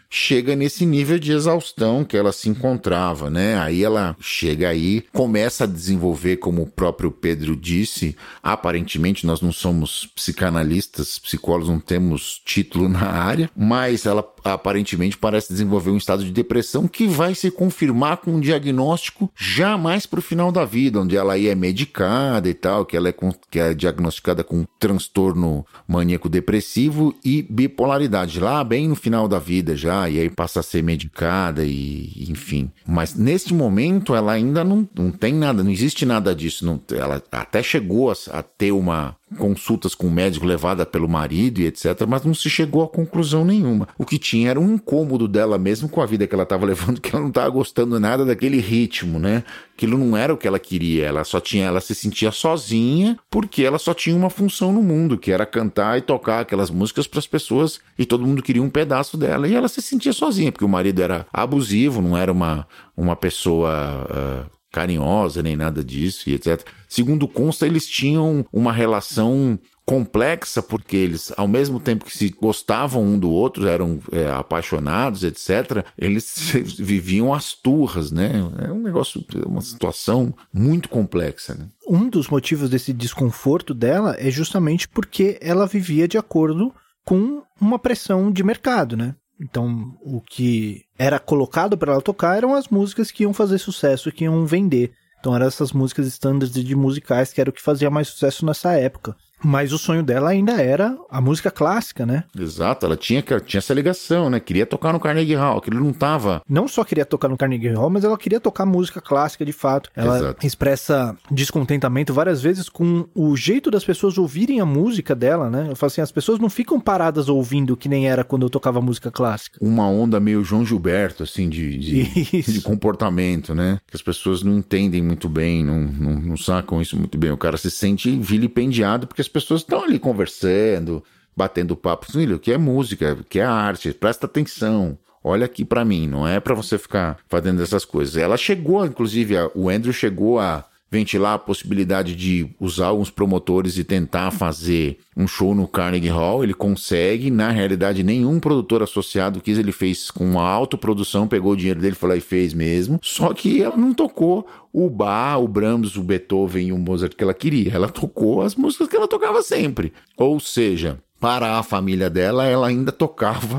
Speaker 2: chega nesse nível de exaustão que ela se encontrava, né? Aí ela chega aí, começa a desenvolver, como o próprio Pedro disse, aparentemente nós não somos psicanalistas, psicólogos, não temos título na área, mas ela aparentemente parece desenvolver um estado de depressão que vai se confirmar com um diagnóstico já mais pro final da vida, onde ela aí é medicada e tal, que ela é, com, que é diagnosticada com transtorno maníaco-depressivo e bipolaridade, lá bem no final da vida já, e aí passa a ser medicada e enfim. Mas neste momento ela ainda não, não tem nada, não existe nada disso. Não, ela até chegou a, a ter uma consultas com o médico levada pelo marido e etcétera, mas não se chegou a conclusão nenhuma. O que tinha era um incômodo dela mesmo com a vida que ela estava levando, que ela não estava gostando nada daquele ritmo, né? Aquilo não era o que ela queria, ela só tinha, ela se sentia sozinha porque ela só tinha uma função no mundo, que era cantar e tocar aquelas músicas para as pessoas e todo mundo queria um pedaço dela, e ela se sentia sozinha, porque o marido era abusivo, não era uma, uma pessoa uh, carinhosa, nem nada disso, e etcétera. Segundo consta, eles tinham uma relação complexa, porque eles, ao mesmo tempo que se gostavam um do outro, eram é, apaixonados, etcétera, eles viviam às turras, né? É um negócio, uma situação muito complexa, né?
Speaker 1: Um dos motivos desse desconforto dela é justamente porque ela vivia de acordo com uma pressão de mercado, né? Então, o que era colocado para ela tocar eram as músicas que iam fazer sucesso, que iam vender. Então, eram essas músicas standards de musicais, que era o que fazia mais sucesso nessa época. Mas o sonho dela ainda era a música clássica, né?
Speaker 2: Exato, ela tinha, tinha essa ligação, né? Queria tocar no Carnegie Hall, aquilo não tava...
Speaker 1: Não só queria tocar no Carnegie Hall, mas ela queria tocar música clássica de fato. Ela Exato. Expressa descontentamento várias vezes com o jeito das pessoas ouvirem a música dela, né? Eu falo assim, as pessoas não ficam paradas ouvindo que nem era quando eu tocava música clássica.
Speaker 2: Uma onda meio João Gilberto, assim, de, de, de comportamento, né? Que as pessoas não entendem muito bem, não, não, não sacam isso muito bem. O cara se sente vilipendiado porque as pessoas estão ali conversando, batendo papo. Filho, o que é música, o que é arte, presta atenção, olha aqui pra mim, não é pra você ficar fazendo essas coisas. Ela chegou, inclusive, a, o Andrew chegou a ventilar a possibilidade de usar alguns promotores e tentar fazer um show no Carnegie Hall. Ele consegue, na realidade nenhum produtor associado quis, ele fez com uma autoprodução, pegou o dinheiro dele, foi lá e fez mesmo, só que ela não tocou o Bach, o Brahms, o Beethoven e o Mozart que ela queria, ela tocou as músicas que ela tocava sempre, ou seja, para a família dela, ela ainda tocava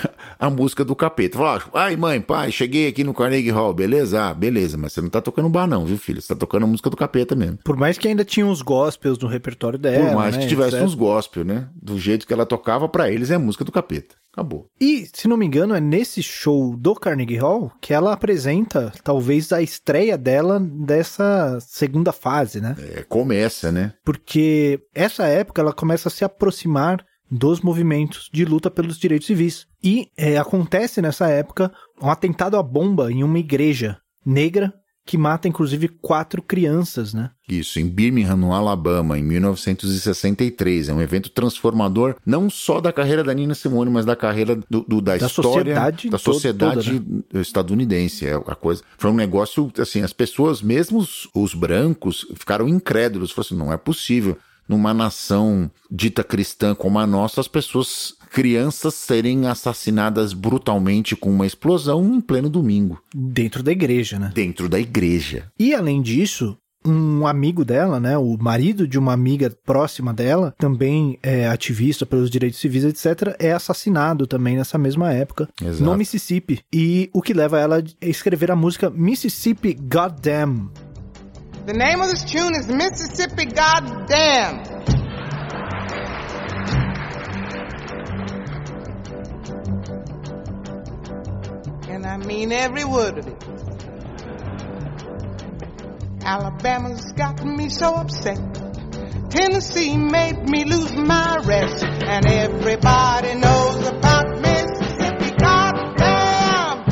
Speaker 2: a música do Capeta. Falava, ai mãe, pai, cheguei aqui no Carnegie Hall, beleza? Ah, beleza, mas você não tá tocando bar não, viu filho? Você tá tocando a música do Capeta mesmo.
Speaker 1: Por mais que ainda tinha uns gospels no repertório dela,
Speaker 2: Por mais
Speaker 1: né,
Speaker 2: que tivesse
Speaker 1: etcétera.
Speaker 2: Uns gospel, né? Do jeito que ela tocava, pra eles é a música do Capeta. Acabou.
Speaker 1: E, se não me engano, é nesse show do Carnegie Hall que ela apresenta, talvez, a estreia dela dessa segunda fase, né?
Speaker 2: É, começa, né?
Speaker 1: Porque essa época ela começa a se aproximar dos movimentos de luta pelos direitos civis. E é, acontece nessa época um atentado à bomba em uma igreja negra que mata inclusive quatro crianças, né?
Speaker 2: Isso, em Birmingham, no Alabama, em mil novecentos e sessenta e três. É um evento transformador, não só da carreira da Nina Simone, mas da carreira do, do, da, da história
Speaker 1: sociedade
Speaker 2: da sociedade
Speaker 1: toda, né?
Speaker 2: estadunidense. É a coisa. Foi um negócio, assim, as pessoas, mesmo os, os brancos, ficaram incrédulos. Falaram assim, não é possível, numa nação dita cristã como a nossa, as pessoas, crianças, serem assassinadas brutalmente com uma explosão em pleno domingo.
Speaker 1: Dentro da igreja, né?
Speaker 2: Dentro da igreja.
Speaker 1: E, além disso, um amigo dela, né, o marido de uma amiga próxima dela, também é ativista pelos direitos civis, etcétera, é assassinado também nessa mesma época,
Speaker 2: Exato.
Speaker 1: No Mississippi. E o que leva ela a escrever a música Mississippi Goddamn.
Speaker 3: The name of this tune is Mississippi Goddamn. And I mean every word of it. Alabama's got me so upset. Tennessee made me lose my rest. And everybody knows about Mississippi Goddamn.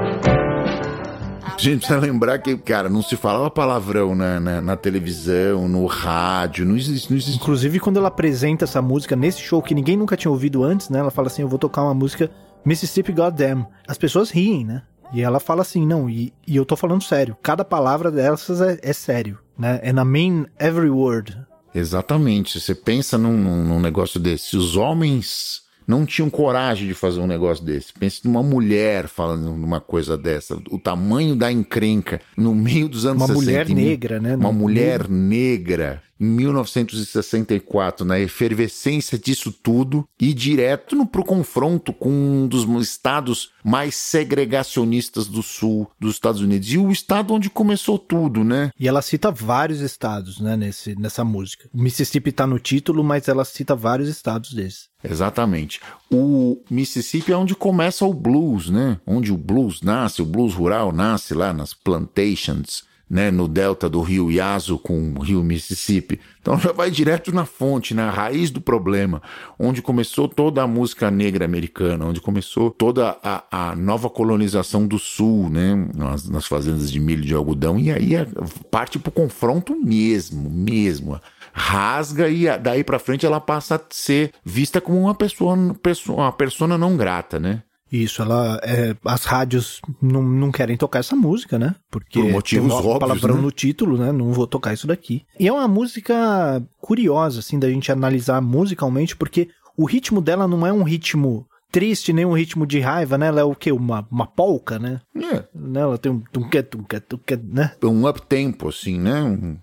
Speaker 2: A gente precisa lembrar que, cara, não se falava palavrão na, na, na televisão, no rádio, não existe, não existe.
Speaker 1: Inclusive, quando ela apresenta essa música nesse show que ninguém nunca tinha ouvido antes, né? Ela fala assim, eu vou tocar uma música Mississippi Goddamn. As pessoas riem, né? E ela fala assim, não, e, e eu tô falando sério. Cada palavra dessas é, é sério, né? And I mean every word.
Speaker 2: Exatamente. Você pensa num, num negócio desse. Os homens não tinham coragem de fazer um negócio desse. Pense numa mulher falando numa coisa dessa, o tamanho da encrenca no meio dos anos
Speaker 1: uma
Speaker 2: sessenta.
Speaker 1: Mulher negra, né?
Speaker 2: Uma
Speaker 1: no
Speaker 2: mulher
Speaker 1: meio...
Speaker 2: negra. Em mil novecentos e sessenta e quatro, na efervescência disso tudo, e direto no, pro confronto com um dos estados mais segregacionistas do sul dos Estados Unidos. E o estado onde começou tudo, né?
Speaker 1: E ela cita vários estados, né, nesse, nessa música. O Mississippi tá no título, mas ela cita vários estados desses.
Speaker 2: Exatamente. O Mississippi é onde começa o blues, né? Onde o blues nasce, o blues rural nasce lá nas plantations, né, no delta do rio Yazoo com o rio Mississippi. Então já vai direto na fonte, na raiz do problema, onde começou toda a música negra americana, onde começou toda a, a nova colonização do sul, né, nas, nas fazendas de milho e de algodão, e aí é, parte pro confronto mesmo, mesmo. Rasga e daí pra frente ela passa a ser vista como uma pessoa, uma persona não grata, né?
Speaker 1: Isso, ela, é, as rádios não, não querem tocar essa música, né? Porque
Speaker 2: por motivos
Speaker 1: tem um
Speaker 2: óbvios,
Speaker 1: palavrão
Speaker 2: né?
Speaker 1: no título, né? Não vou tocar isso daqui. E é uma música curiosa, assim, da gente analisar musicalmente, porque o ritmo dela não é um ritmo triste, nem um ritmo de raiva, né? Ela é o quê? Uma, uma polca, né?
Speaker 2: É.
Speaker 1: Ela tem um tunque, tunque, tunque, né?
Speaker 2: Um up-tempo, assim, né? Um...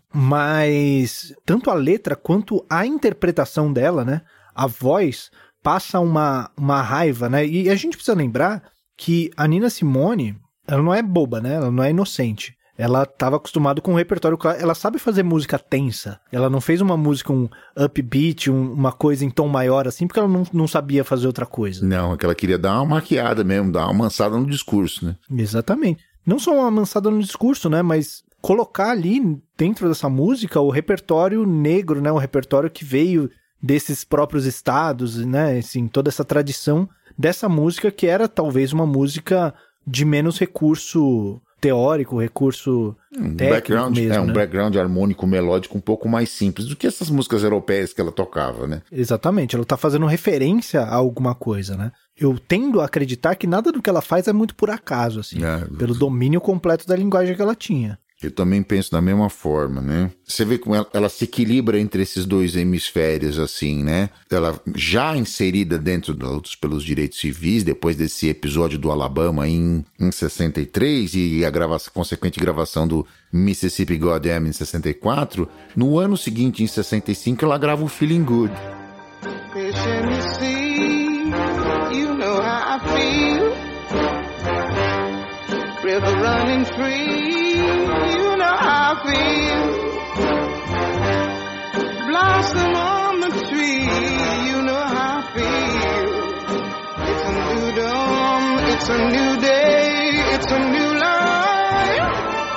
Speaker 1: Mas tanto a letra quanto a interpretação dela, né? A voz passa uma, uma raiva, né? E a gente precisa lembrar que a Nina Simone, ela não é boba, né? Ela não é inocente. Ela estava acostumada com um repertório, ela sabe fazer música tensa. Ela não fez uma música, um upbeat, um, uma coisa em tom maior assim, porque ela não, não sabia fazer outra coisa.
Speaker 2: Não, é que ela queria dar uma maquiada mesmo, dar uma amansada no discurso, né?
Speaker 1: Exatamente. Não só uma amansada no discurso, né? Mas colocar ali dentro dessa música o repertório negro, né? O repertório que veio desses próprios estados, né, assim, toda essa tradição dessa música que era talvez uma música de menos recurso teórico, recurso
Speaker 2: um
Speaker 1: técnico
Speaker 2: background,
Speaker 1: mesmo,
Speaker 2: é um
Speaker 1: né?
Speaker 2: background harmônico melódico um pouco mais simples do que essas músicas europeias que ela tocava, né?
Speaker 1: Exatamente, ela tá fazendo referência a alguma coisa, né? Eu tendo a acreditar que nada do que ela faz é muito por acaso, assim,
Speaker 2: É.
Speaker 1: pelo domínio completo da linguagem que ela tinha.
Speaker 2: Eu também penso da mesma forma, né? Você vê como ela, ela se equilibra entre esses dois hemisférios, assim, né? Ela já inserida dentro da luta pelos direitos civis, depois desse episódio do Alabama em, em sessenta e três e a gravação, consequente gravação do Mississippi Goddamn em sessenta e quatro, no ano seguinte, em sessenta e cinco, ela grava o Feeling Good.
Speaker 3: Fish in the sea, you know how I feel. River running free, you know how I feel. Blossom on the tree, you know how I feel. It's a new dawn, it's a new day, it's a new life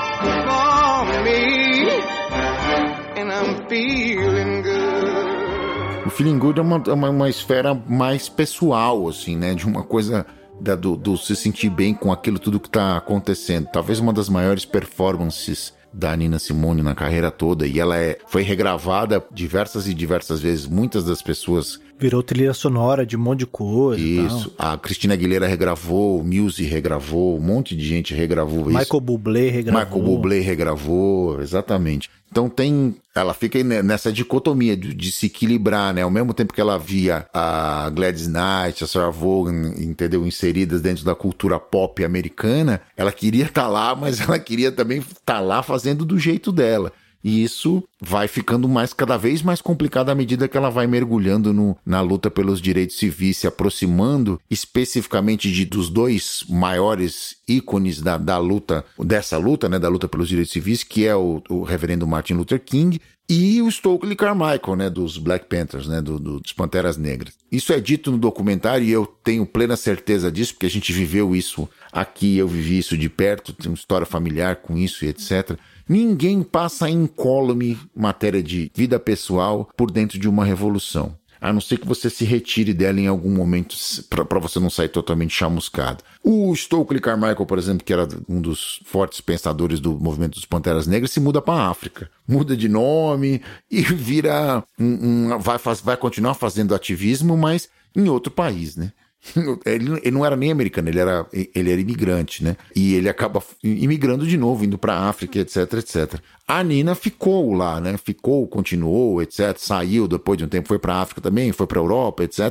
Speaker 3: for me, and I'm feeling good.
Speaker 2: O Feeling Good é uma, uma, uma esfera mais pessoal, assim, né? De uma coisa... Da, do, do se sentir bem com aquilo tudo que está acontecendo. Talvez uma das maiores performances da Nina Simone na carreira toda, e ela é, foi regravada diversas e diversas vezes. Muitas das pessoas...
Speaker 1: Virou trilha sonora de um monte de coisa.
Speaker 2: Isso, a Cristina Aguilera regravou, o Muse regravou, um monte de gente regravou isso.
Speaker 1: Michael Bublé regravou.
Speaker 2: Michael Bublé regravou, exatamente. Então tem, ela fica nessa dicotomia de, de se equilibrar, né? Ao mesmo tempo que ela via a Gladys Knight, a Sarah Vaughan, entendeu, inseridas dentro da cultura pop americana, ela queria estar lá, mas ela queria também estar lá fazendo do jeito dela. E isso vai ficando mais, cada vez mais complicado à medida que ela vai mergulhando no, na luta pelos direitos civis, se aproximando especificamente de, dos dois maiores ícones da, da luta, dessa luta, né, da luta pelos direitos civis, que é o, o reverendo Martin Luther King e o Stokely Carmichael, né, dos Black Panthers, né, do, do, dos Panteras Negras. Isso é dito no documentário e eu tenho plena certeza disso, porque a gente viveu isso aqui, eu vivi isso de perto, tenho uma história familiar com isso e etcétera. Ninguém passa incólume matéria de vida pessoal por dentro de uma revolução. A não ser que você se retire dela em algum momento para você não sair totalmente chamuscado. O Stokely Carmichael, por exemplo, que era um dos fortes pensadores do movimento dos Panteras Negras, se muda para a África. Muda de nome e vira... Um, um, vai, faz, vai continuar fazendo ativismo, mas em outro país, né? Ele, ele não era nem americano, ele era, ele era imigrante, né? E ele acaba imigrando de novo, indo pra África, etc, etcétera. A Nina ficou lá, né? Ficou, continuou, etcétera. Saiu depois de um tempo, foi pra África também, foi pra Europa, etcétera.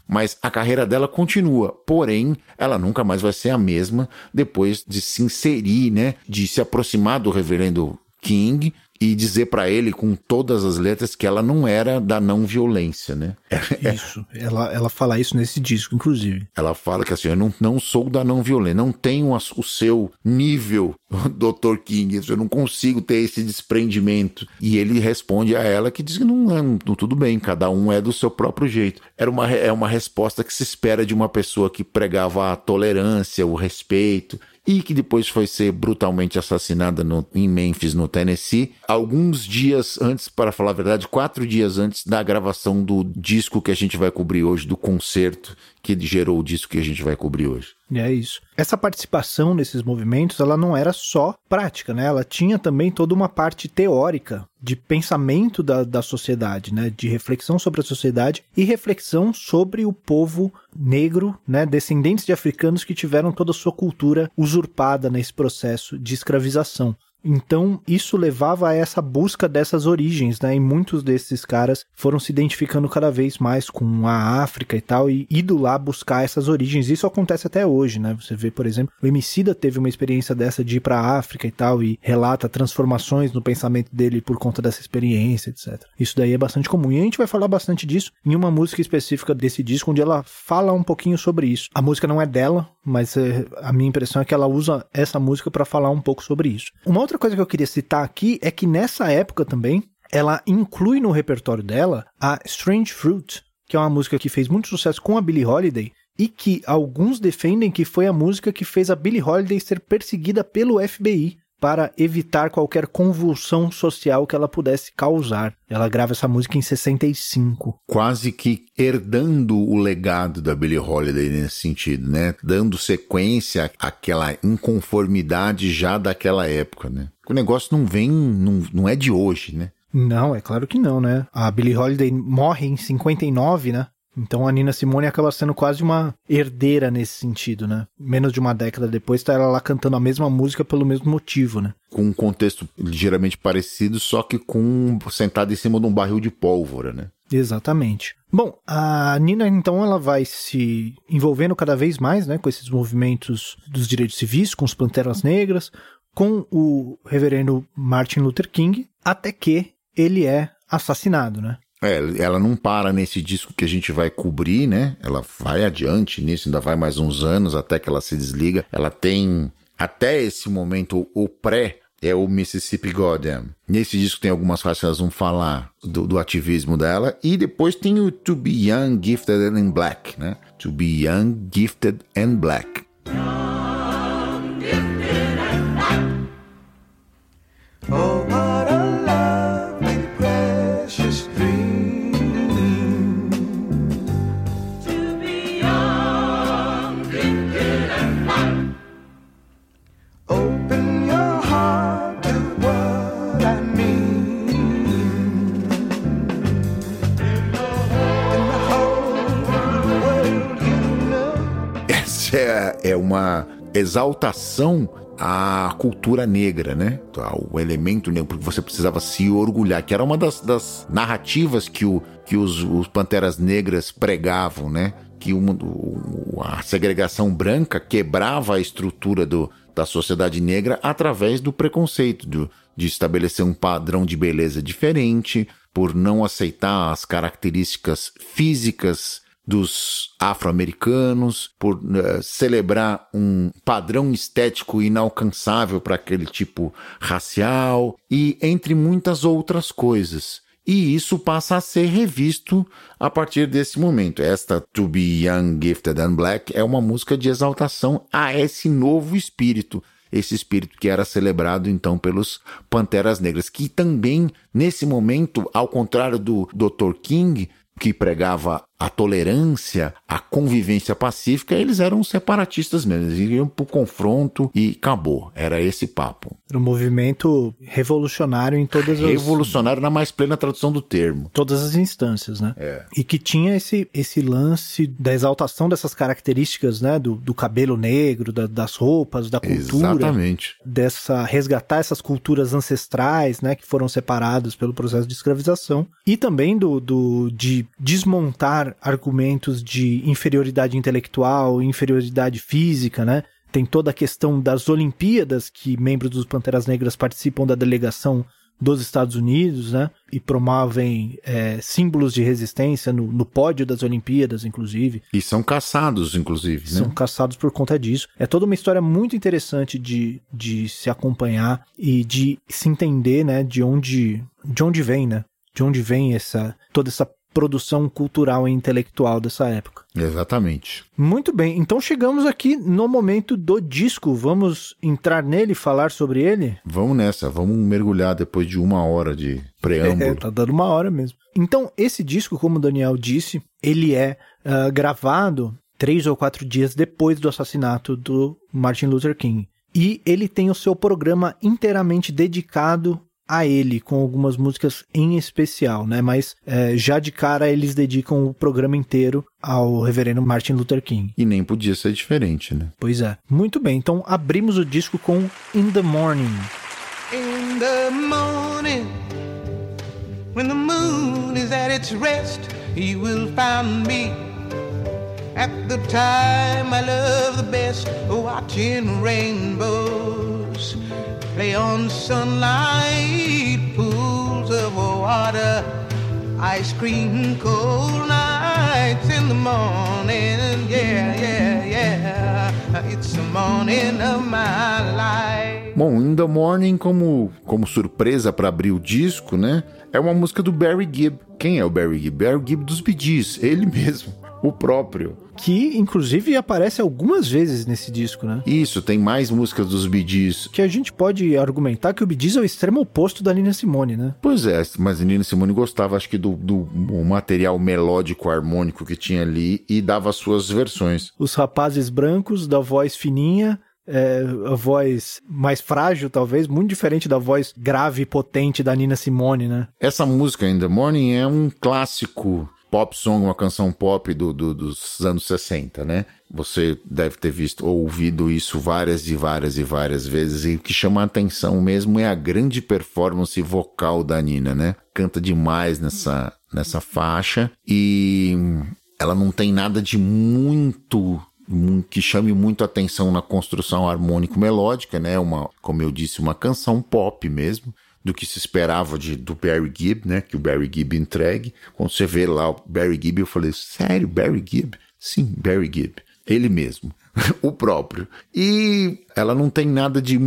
Speaker 2: mas a carreira dela continua. Porém, ela nunca mais vai ser a mesma depois de se inserir, né? De se aproximar do reverendo King e dizer pra ele com todas as letras que ela não era da não violência, né?
Speaker 1: Isso, ela, ela fala isso nesse disco, inclusive.
Speaker 2: Ela fala que assim, eu não, não sou da não violência, não tenho a, o seu nível, doutor King, eu não consigo ter esse desprendimento. E ele responde a ela que diz que não é, não, tudo bem, cada um é do seu próprio jeito. Era uma, é uma resposta que se espera de uma pessoa que pregava a tolerância, o respeito, e que depois foi ser brutalmente assassinada no, em Memphis, no Tennessee, alguns dias antes, para falar a verdade, quatro dias antes da gravação do disco que a gente vai cobrir hoje, do concerto que gerou o disco que a gente vai cobrir hoje.
Speaker 1: É isso. Essa participação nesses movimentos, ela não era só prática, né? Ela tinha também toda uma parte teórica de pensamento da, da sociedade, né? De reflexão sobre a sociedade e reflexão sobre o povo negro, né? Descendentes de africanos que tiveram toda a sua cultura usurpada nesse processo de escravização. Então, isso levava a essa busca dessas origens, né? E muitos desses caras foram se identificando cada vez mais com a África e tal, e indo lá buscar essas origens. Isso acontece até hoje, né? Você vê, por exemplo, o Emicida teve uma experiência dessa de ir pra África e tal, e relata transformações no pensamento dele por conta dessa experiência, etcétera. Isso daí é bastante comum. E a gente vai falar bastante disso em uma música específica desse disco, onde ela fala um pouquinho sobre isso. A música não é dela, mas é, a minha impressão é que ela usa essa música para falar um pouco sobre isso. Uma outra coisa que eu queria citar aqui é que nessa época também, ela inclui no repertório dela a Strange Fruit, que é uma música que fez muito sucesso com a Billie Holiday e que alguns defendem que foi a música que fez a Billie Holiday ser perseguida pelo F B I para evitar qualquer convulsão social que ela pudesse causar. Ela grava essa música em sessenta e cinco.
Speaker 2: Quase que herdando o legado da Billie Holiday nesse sentido, né? Dando sequência àquela inconformidade já daquela época, né? O negócio não vem, não, não é de hoje, né?
Speaker 1: Não, é claro que não, né? A Billie Holiday morre em cinquenta e nove, né? Então a Nina Simone acaba sendo quase uma herdeira nesse sentido, né? Menos de uma década depois tá ela lá cantando a mesma música pelo mesmo motivo, né?
Speaker 2: Com um contexto ligeiramente parecido, só que com sentada em cima de um barril de pólvora, né?
Speaker 1: Exatamente. Bom, a Nina então ela vai se envolvendo cada vez mais, né, com esses movimentos dos direitos civis, com os Panteras Negras, com o reverendo Martin Luther King, até que ele é assassinado, né?
Speaker 2: É, ela não para nesse disco que a gente vai cobrir, né? Ela vai adiante nisso, ainda vai mais uns anos até que ela se desliga. Ela tem, até esse momento, o pré é o Mississippi Goddam. Nesse disco tem algumas faixas que elas vão falar do, do ativismo dela. E depois tem o To Be Young, Gifted and Black, né? To Be Young, Gifted and Black. Young, gifted and black.
Speaker 3: Oh, what a lovely, precious dream. Open your heart to what I mean. In the whole world you know.
Speaker 2: Essa é, é uma exaltação à cultura negra, né? O elemento negro, porque você precisava se orgulhar, que era uma das, das narrativas que, o, que os, os Panteras Negras pregavam, né? Que uma, o, a segregação branca quebrava a estrutura do, da sociedade negra através do preconceito, do, de estabelecer um padrão de beleza diferente, por não aceitar as características físicas dos afro-americanos, por uh, celebrar um padrão estético inalcançável para aquele tipo racial, e entre muitas outras coisas. E isso passa a ser revisto a partir desse momento. Esta To Be Young, Gifted and Black é uma música de exaltação a esse novo espírito. Esse espírito que era celebrado então pelos Panteras Negras, que também, nesse momento, ao contrário do doutor King, que pregava a tolerância, a convivência pacífica, eles eram separatistas mesmo, eles iam pro confronto e acabou, era esse papo.
Speaker 1: Era um movimento revolucionário em todas as...
Speaker 2: Revolucionário na mais plena tradução do termo.
Speaker 1: Todas as instâncias, né?
Speaker 2: É.
Speaker 1: E que tinha esse, esse lance da exaltação dessas características, né? Do, do cabelo negro, da, das roupas, da cultura.
Speaker 2: Exatamente.
Speaker 1: Dessa, resgatar essas culturas ancestrais, né? Que foram separadas pelo processo de escravização. E também do, do, de desmontar usar argumentos de inferioridade intelectual, inferioridade física, né? Tem toda a questão das Olimpíadas, que membros dos Panteras Negras participam da delegação dos Estados Unidos, né? E promovem é, símbolos de resistência no, no pódio das Olimpíadas, inclusive.
Speaker 2: E são caçados, inclusive, né?
Speaker 1: São caçados por conta disso. É toda uma história muito interessante de, de se acompanhar e de se entender, né? De onde, de onde vem, né? De onde vem essa, toda essa produção cultural e intelectual dessa época.
Speaker 2: Exatamente.
Speaker 1: Muito bem, então chegamos aqui no momento do disco. Vamos entrar nele e falar sobre ele?
Speaker 2: Vamos nessa, vamos mergulhar depois de uma hora de preâmbulo.
Speaker 1: É, tá dando uma hora mesmo. Então, esse disco, como o Daniel disse, ele é uh, gravado três ou quatro dias depois do assassinato do Martin Luther King. E ele tem o seu programa inteiramente dedicado a ele, com algumas músicas em especial, né? Mas é, já de cara eles dedicam o programa inteiro ao reverendo Martin Luther King.
Speaker 2: E nem podia ser diferente, né?
Speaker 1: Pois é. Muito bem, então abrimos o disco com In the Morning.
Speaker 3: In the morning, when the moon is at its rest, you will find me at the time I love the best, watching rainbows play on sunlight, pools of water, ice cream, cold nights in the morning, yeah, yeah, yeah, it's the morning of my life.
Speaker 2: Bom, In the Morning, como, como surpresa para abrir o disco, né, é uma música do Barry Gibb. Quem é o Barry Gibb? Barry Gibb dos Bee Gees, ele mesmo, o próprio.
Speaker 1: Que, inclusive, aparece algumas vezes nesse disco, né?
Speaker 2: Isso, tem mais músicas dos Bee Gees.
Speaker 1: Que a gente pode argumentar que o Bee Gees é o extremo oposto da Nina Simone, né?
Speaker 2: Pois é, mas a Nina Simone gostava, acho que, do, do material melódico, harmônico que tinha ali e dava as suas versões.
Speaker 1: Os rapazes brancos, da voz fininha, é, a voz mais frágil, talvez, muito diferente da voz grave e potente da Nina Simone, né?
Speaker 2: Essa música, In the Morning, é um clássico pop song, uma canção pop do, do, dos anos sessenta, né? Você deve ter visto ou ouvido isso várias e várias e várias vezes, e o que chama a atenção mesmo é a grande performance vocal da Nina, né? Canta demais nessa, nessa faixa, e ela não tem nada de muito... que chame muito a atenção na construção harmônico-melódica, né? Uma, como eu disse, uma canção pop mesmo, do que se esperava de, do Barry Gibb, né? Que o Barry Gibb entregue. Quando você vê lá o Barry Gibb, eu falei, sério, Barry Gibb? Sim, Barry Gibb. Ele mesmo, o próprio. E ela não tem nada de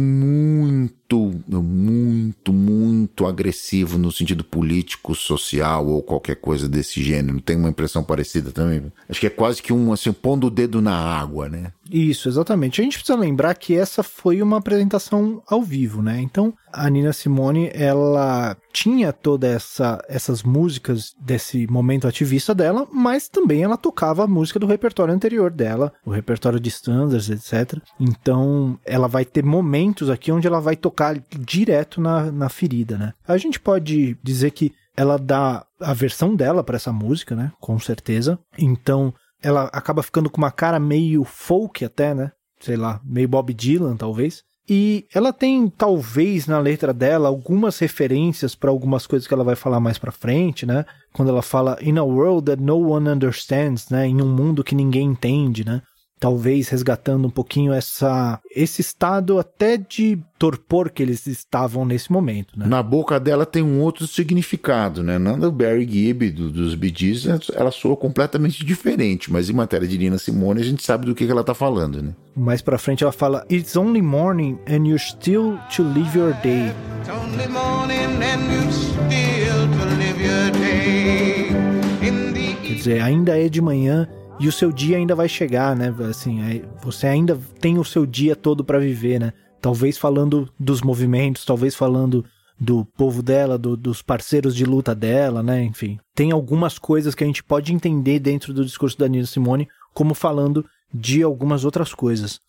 Speaker 2: muito, muito, muito agressivo no sentido político, social ou qualquer coisa desse gênero. Tem uma impressão parecida também? Acho que é quase que um, assim, pondo o dedo na água, né?
Speaker 1: Isso, exatamente. A gente precisa lembrar que essa foi uma apresentação ao vivo, né? Então, a Nina Simone, ela tinha todas essa, essas músicas desse momento ativista dela, mas também ela tocava a música do repertório anterior dela, o repertório de standards, etcétera. Então, ela vai ter momentos aqui onde ela vai tocar direto na, na ferida, né? A gente pode dizer que ela dá a versão dela para essa música, né? Com certeza. Então, ela acaba ficando com uma cara meio folk até, né? Sei lá, meio Bob Dylan, talvez. E ela tem, talvez, na letra dela, algumas referências para algumas coisas que ela vai falar mais pra frente, né? Quando ela fala in a world that no one understands, né? Em um mundo que ninguém entende, né? Talvez resgatando um pouquinho essa, esse estado até de torpor que eles estavam nesse momento, né?
Speaker 2: Na boca dela tem um outro significado, né? Na do Barry Gibb, do, dos Bee Gees, ela soa completamente diferente, mas em matéria de Nina Simone a gente sabe do que, que ela tá falando, né?
Speaker 1: Mais pra frente ela fala It's only morning and you're still to live your day.
Speaker 3: It's only morning and you still to live your day. In the...
Speaker 1: Quer dizer, ainda é de manhã e o seu dia ainda vai chegar, né? Assim, você ainda tem o seu dia todo pra viver, né? Talvez falando dos movimentos, talvez falando do povo dela, do, dos parceiros de luta dela, né? Enfim, tem algumas coisas que a gente pode entender dentro do discurso da Nina Simone como falando de algumas outras coisas.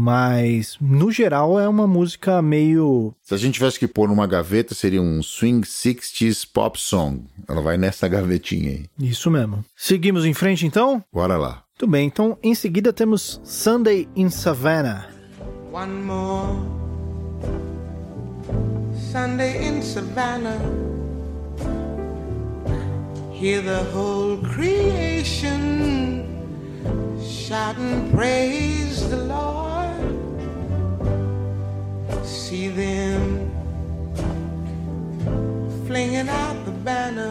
Speaker 1: Mas, no geral, é uma música meio...
Speaker 2: Se a gente tivesse que pôr numa gaveta, seria um Swing sixties Pop Song. Ela vai nessa gavetinha aí.
Speaker 1: Isso mesmo. Seguimos em frente, então?
Speaker 2: Bora lá.
Speaker 1: Muito bem, então, em seguida temos Sunday in Savannah.
Speaker 3: One more Sunday in Savannah. Hear the whole creation shout and praise the Lord. See them flinging out the banner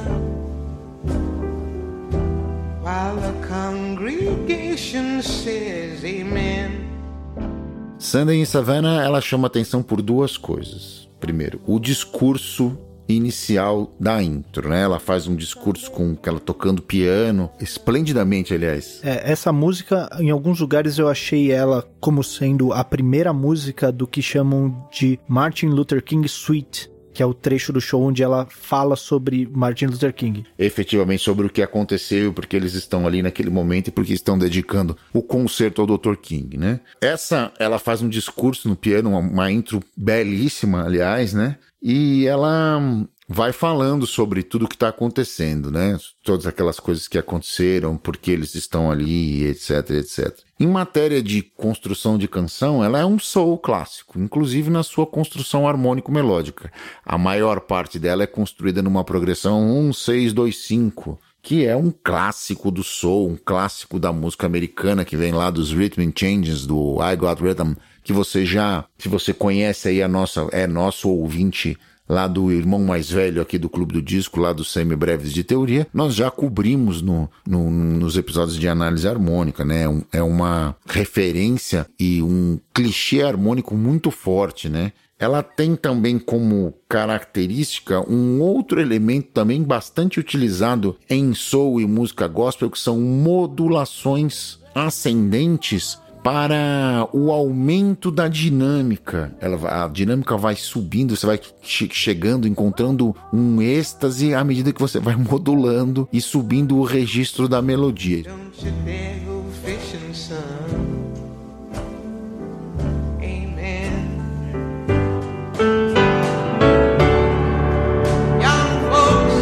Speaker 3: while the congregation says amen.
Speaker 2: Sunday in Savannah, ela chama atenção por duas coisas. Primeiro, o discurso inicial da intro, né? Ela faz um discurso com ela tocando piano, esplendidamente, aliás.
Speaker 1: É, essa música, em alguns lugares eu achei ela como sendo a primeira música do que chamam de Martin Luther King Suite, que é o trecho do show onde ela fala sobre Martin Luther King.
Speaker 2: Efetivamente sobre o que aconteceu, porque eles estão ali naquele momento e porque estão dedicando o concerto ao doutor King, né? Essa, ela faz um discurso no piano, uma, uma intro belíssima, aliás, né? E ela vai falando sobre tudo o que está acontecendo, né? Todas aquelas coisas que aconteceram, porque eles estão ali, etc, etcétera. Em matéria de construção de canção, ela é um soul clássico, inclusive na sua construção harmônico-melódica. A maior parte dela é construída numa progressão um, seis, dois, cinco, que é um clássico do soul, um clássico da música americana, que vem lá dos Rhythm and Changes, do I Got Rhythm, que você já, se você conhece aí a nossa, é nosso ouvinte lá do irmão mais velho aqui do Clube do Disco, lá dos Semi-Breves de Teoria, nós já cobrimos no, no, nos episódios de análise harmônica, né? Um, é uma referência e um clichê harmônico muito forte, né? Ela tem também como característica um outro elemento também bastante utilizado em soul e música gospel, que são modulações ascendentes para o aumento da dinâmica. Ela, a dinâmica vai subindo, você vai che- chegando, encontrando um êxtase à medida que você vai modulando e subindo o registro da melodia.
Speaker 3: Don't you dare go fishing, son. Amen. Young folks,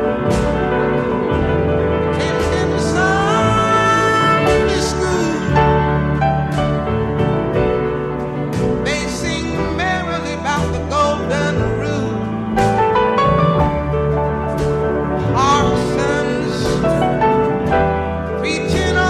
Speaker 3: attending the Sunday school. They sing merrily about the golden rule. Our sons preaching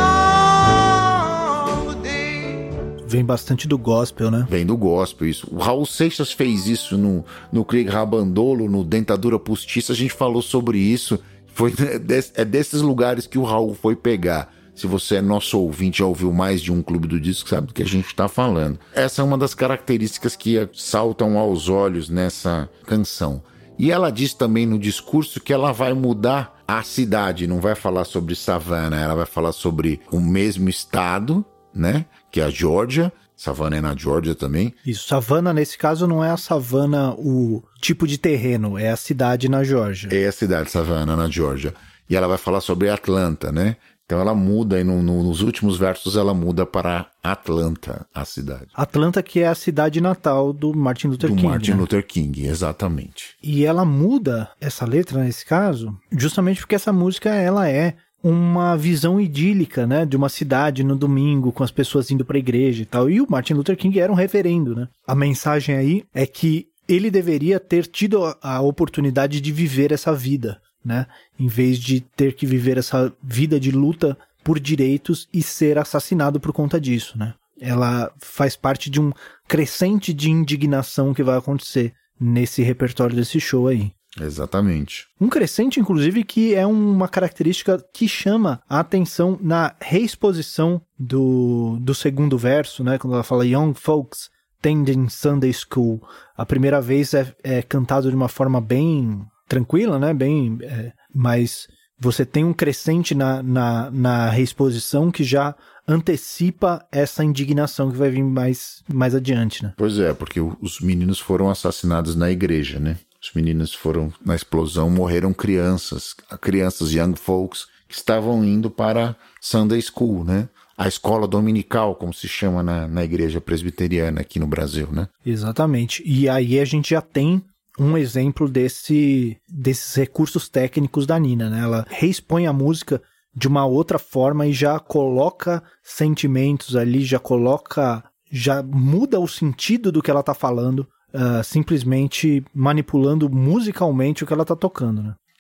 Speaker 3: all the day.
Speaker 1: Vem bastante do gospel, né?
Speaker 2: Vem do gospel, isso. O Raul Seixas fez isso no, no Craig Rabandolo, no Dentadura Postiça, a gente falou sobre isso. Foi, é desses lugares que o Raul foi pegar. Se você é nosso ouvinte, já ouviu mais de um Clube do Disco, sabe do que a gente está falando. Essa é uma das características que saltam aos olhos nessa canção. E ela diz também no discurso que ela vai mudar a cidade, não vai falar sobre Savannah, ela vai falar sobre o mesmo estado, né? Que é a Geórgia. Savannah é na Geórgia também.
Speaker 1: Isso, Savannah nesse caso não é a Savannah o tipo de terreno, é a cidade na Geórgia.
Speaker 2: É a cidade Savannah na Geórgia. E ela vai falar sobre Atlanta, né? Então ela muda, e no, no, nos últimos versos ela muda para Atlanta, a cidade.
Speaker 1: Atlanta, que é a cidade natal do Martin Luther
Speaker 2: do
Speaker 1: King.
Speaker 2: Do Martin
Speaker 1: né?
Speaker 2: Luther King, exatamente.
Speaker 1: E ela muda essa letra nesse caso, justamente porque essa música ela é uma visão idílica, né, de uma cidade no domingo com as pessoas indo para a igreja e tal. E o Martin Luther King era um reverendo, né? A mensagem aí é que ele deveria ter tido a oportunidade de viver essa vida, né? Em vez de ter que viver essa vida de luta por direitos e ser assassinado por conta disso, né? Ela faz parte de um crescente de indignação que vai acontecer nesse repertório desse show aí.
Speaker 2: Exatamente.
Speaker 1: Um crescente, inclusive, que é uma característica que chama a atenção na reexposição do, do segundo verso, né? Quando ela fala Young Folks Attending Sunday School. A primeira vez é, é cantado de uma forma bem tranquila, né? Bem, é, mas você tem um crescente na, na, na reexposição que já antecipa essa indignação que vai vir mais, mais adiante, né?
Speaker 2: Pois é, porque os meninos foram assassinados na igreja, né? Os meninos foram, na explosão, morreram crianças, crianças, young folks, que estavam indo para Sunday School, né? A escola dominical, como se chama na, na igreja presbiteriana aqui no Brasil, né?
Speaker 1: Exatamente. E aí a gente já tem um exemplo desse, desses recursos técnicos da Nina, né? Ela reexpõe a música de uma outra forma e já coloca sentimentos ali, já coloca, já muda o sentido do que ela tá falando, uh, simplesmente manipulando musicalmente o que ela tá tocando, né?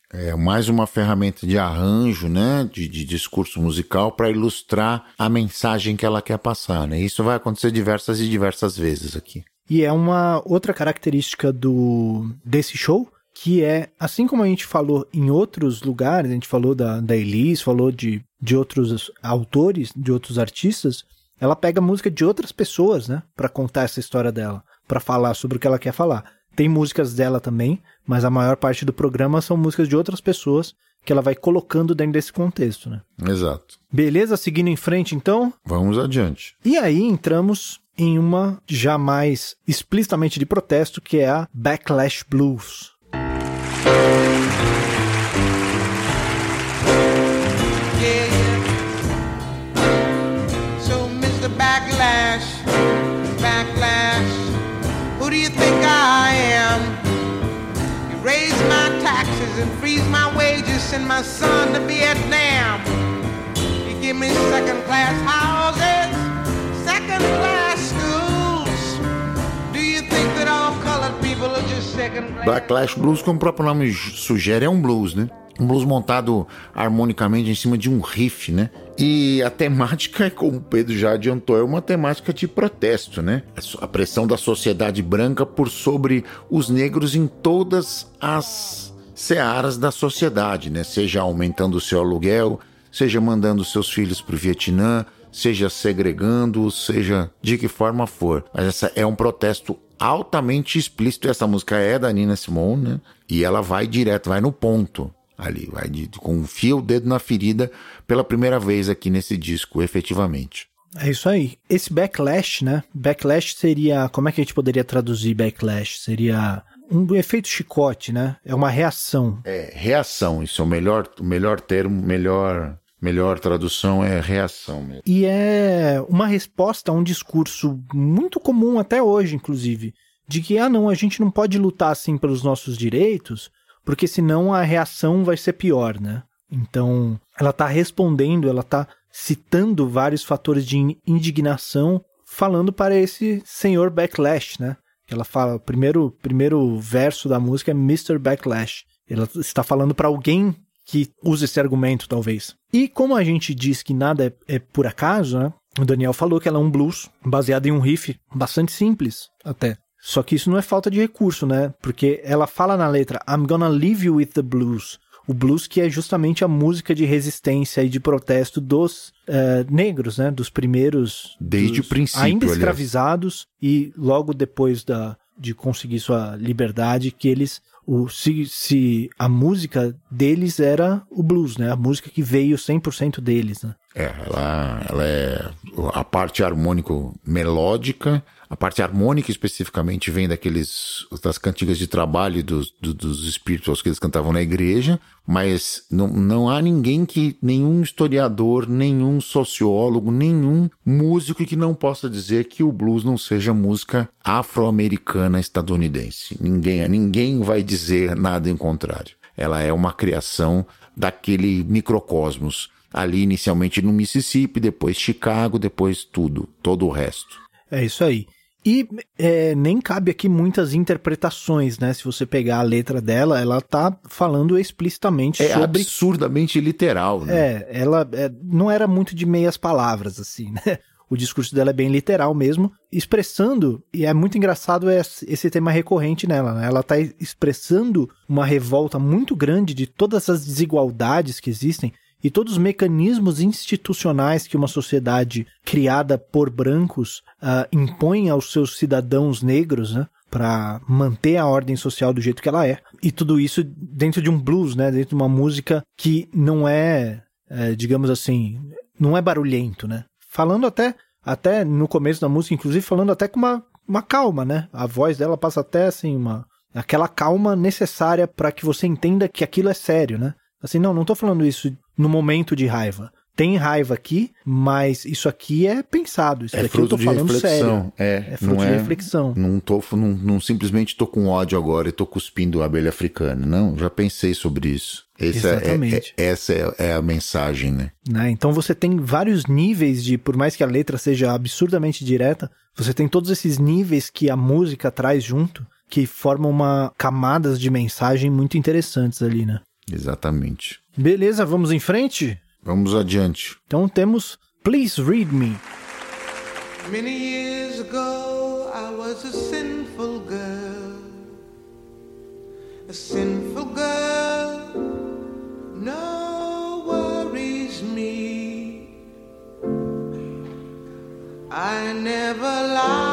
Speaker 2: É mais uma ferramenta de arranjo, né, de, de discurso musical para ilustrar a mensagem que ela quer passar, né? Isso vai acontecer diversas e diversas vezes aqui.
Speaker 1: E é uma outra característica do, desse show, que é, assim como a gente falou em outros lugares, a gente falou da, da Elis, falou de, de outros autores, de outros artistas, ela pega música de outras pessoas, né, para contar essa história dela, para falar sobre o que ela quer falar. Tem músicas dela também, mas a maior parte do programa são músicas de outras pessoas que ela vai colocando dentro desse contexto, né?
Speaker 2: Exato.
Speaker 1: Beleza? Seguindo em frente, então?
Speaker 2: Vamos adiante.
Speaker 1: E aí entramos em uma já mais explicitamente de protesto, que é a Backlash Blues.
Speaker 3: Yeah, yeah. So, mister Backlash, Backlash, who do you think I am? You raise my taxes and freeze my wages, send my son to Vietnam. You give me second-class houses, second-class schools. Do you think that all colored people are just second-class?
Speaker 2: Backlash Blues, como o próprio nome sugere, é um blues, né? Um blues montado harmonicamente em cima de um riff, né? E a temática, como o Pedro já adiantou, é uma temática de protesto, né? A pressão da sociedade branca por sobre os negros em todas as searas da sociedade, né? Seja aumentando o seu aluguel, seja mandando seus filhos para o Vietnã, seja segregando, seja de que forma for. Mas essa é um protesto altamente explícito. Essa música é da Nina Simone, né? E ela vai direto, vai no ponto. Ali, vai de, com um fio o dedo na ferida pela primeira vez aqui nesse disco, efetivamente.
Speaker 1: É isso aí. Esse backlash, né? Backlash seria... Como é que a gente poderia traduzir backlash? Seria um efeito chicote, né? É uma reação.
Speaker 2: É, reação. Isso é o melhor, o melhor termo, melhor, melhor tradução é reação mesmo.
Speaker 1: E é uma resposta a um discurso muito comum até hoje, inclusive, de que, ah, não, a gente não pode lutar assim pelos nossos direitos, porque senão a reação vai ser pior, né? Então, ela está respondendo, ela está citando vários fatores de indignação, falando para esse senhor Backlash, né? Ela fala, o primeiro, primeiro verso da música é mister Backlash. Ela está falando para alguém que usa esse argumento, talvez. E como a gente diz que nada é, é por acaso, né? O Daniel falou que ela é um blues baseado em um riff bastante simples, até. Só que isso não é falta de recurso, né? Porque ela fala na letra I'm gonna leave you with the blues. O blues que é justamente a música de resistência e de protesto dos uh, negros, né? Dos primeiros...
Speaker 2: Desde
Speaker 1: dos,
Speaker 2: o princípio,
Speaker 1: ainda escravizados, aliás. E logo depois da, de conseguir sua liberdade, que eles... O, se, se a música deles era o blues, né? A música que veio cem por cento deles, né?
Speaker 2: É, ela, ela é a parte harmônico-melódica. A parte harmônica especificamente vem daqueles, das cantigas de trabalho dos, dos, dos spirituals que eles cantavam na igreja, mas não, não há ninguém que, nenhum historiador, nenhum sociólogo, nenhum músico que não possa dizer que o blues não seja música afro-americana estadunidense. Ninguém, ninguém vai dizer nada em contrário. Ela é uma criação daquele microcosmos, ali inicialmente no Mississippi, depois Chicago, depois tudo, todo o resto.
Speaker 1: É isso aí. E é, nem cabe aqui muitas interpretações, né? Se você pegar a letra dela, ela tá falando explicitamente
Speaker 2: é
Speaker 1: sobre... É
Speaker 2: absurdamente literal, né?
Speaker 1: É, ela é, não era muito de meias palavras, assim, né? O discurso dela é bem literal mesmo, expressando, e é muito engraçado esse tema recorrente nela, né? Ela tá expressando uma revolta muito grande de todas as desigualdades que existem e todos os mecanismos institucionais que uma sociedade criada por brancos uh, impõe aos seus cidadãos negros, né, para manter a ordem social do jeito que ela é. E tudo isso dentro de um blues, né, dentro de uma música que não é, é digamos assim, não é barulhento, né? Falando até, até no começo da música, inclusive falando até com uma, uma calma, né? A voz dela passa até assim, uma, aquela calma necessária para que você entenda que aquilo é sério, né? Assim, não, não tô falando isso no momento de raiva. Tem raiva aqui, mas isso aqui é pensado. Isso
Speaker 2: é
Speaker 1: daqui eu tô falando sério.
Speaker 2: É,
Speaker 1: é fruto
Speaker 2: não
Speaker 1: de
Speaker 2: é,
Speaker 1: reflexão.
Speaker 2: Não, tô, não, não simplesmente tô com ódio agora e tô cuspindo a abelha africana. Não, já pensei sobre isso. Esse Exatamente. É, é, essa é, é a mensagem, né?
Speaker 1: né? Então você tem vários níveis de, por mais que a letra seja absurdamente direta, você tem todos esses níveis que a música traz junto, que formam uma camadas de mensagem muito interessantes ali, né?
Speaker 2: Exatamente.
Speaker 1: Beleza, vamos em frente?
Speaker 2: Vamos adiante.
Speaker 1: Então temos Please Read Me.
Speaker 3: Many years ago I was a sinful girl, a sinful girl, no worries me. I never lied.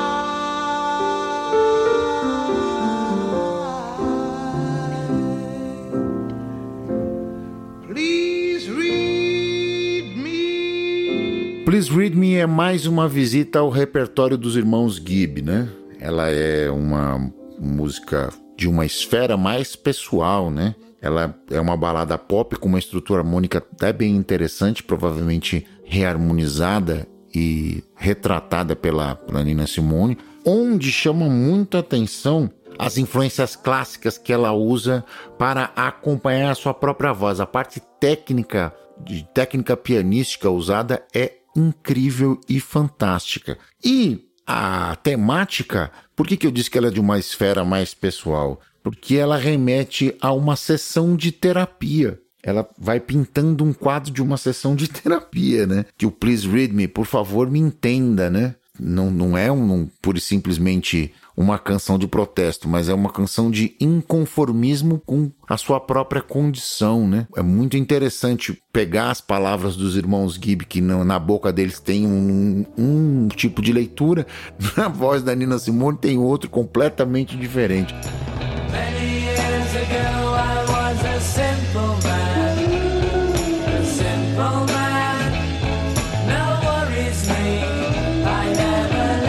Speaker 3: Please read me.
Speaker 2: Please Read Me é mais uma visita ao repertório dos irmãos Gibb, né? Ela é uma música de uma esfera mais pessoal, né? Ela é uma balada pop com uma estrutura harmônica até bem interessante, provavelmente reharmonizada e retratada pela, pela Nina Simone, onde chama muita atenção as influências clássicas que ela usa para acompanhar a sua própria voz. A parte técnica, de técnica pianística usada é incrível e fantástica. E a temática, por que que eu disse que ela é de uma esfera mais pessoal? Porque ela remete a uma sessão de terapia. Ela vai pintando um quadro de uma sessão de terapia, né? Que o Please Read Me, por favor, me entenda, né? Não, não é um, um, pura e simplesmente uma canção de protesto, mas é uma canção de inconformismo com a sua própria condição, né? É muito interessante pegar as palavras dos irmãos Gibb, que não, na boca deles tem um, um tipo de leitura, na voz da Nina Simone tem outro completamente diferente.
Speaker 5: Many years ago I was a simple man, a simple man, no worries me, I never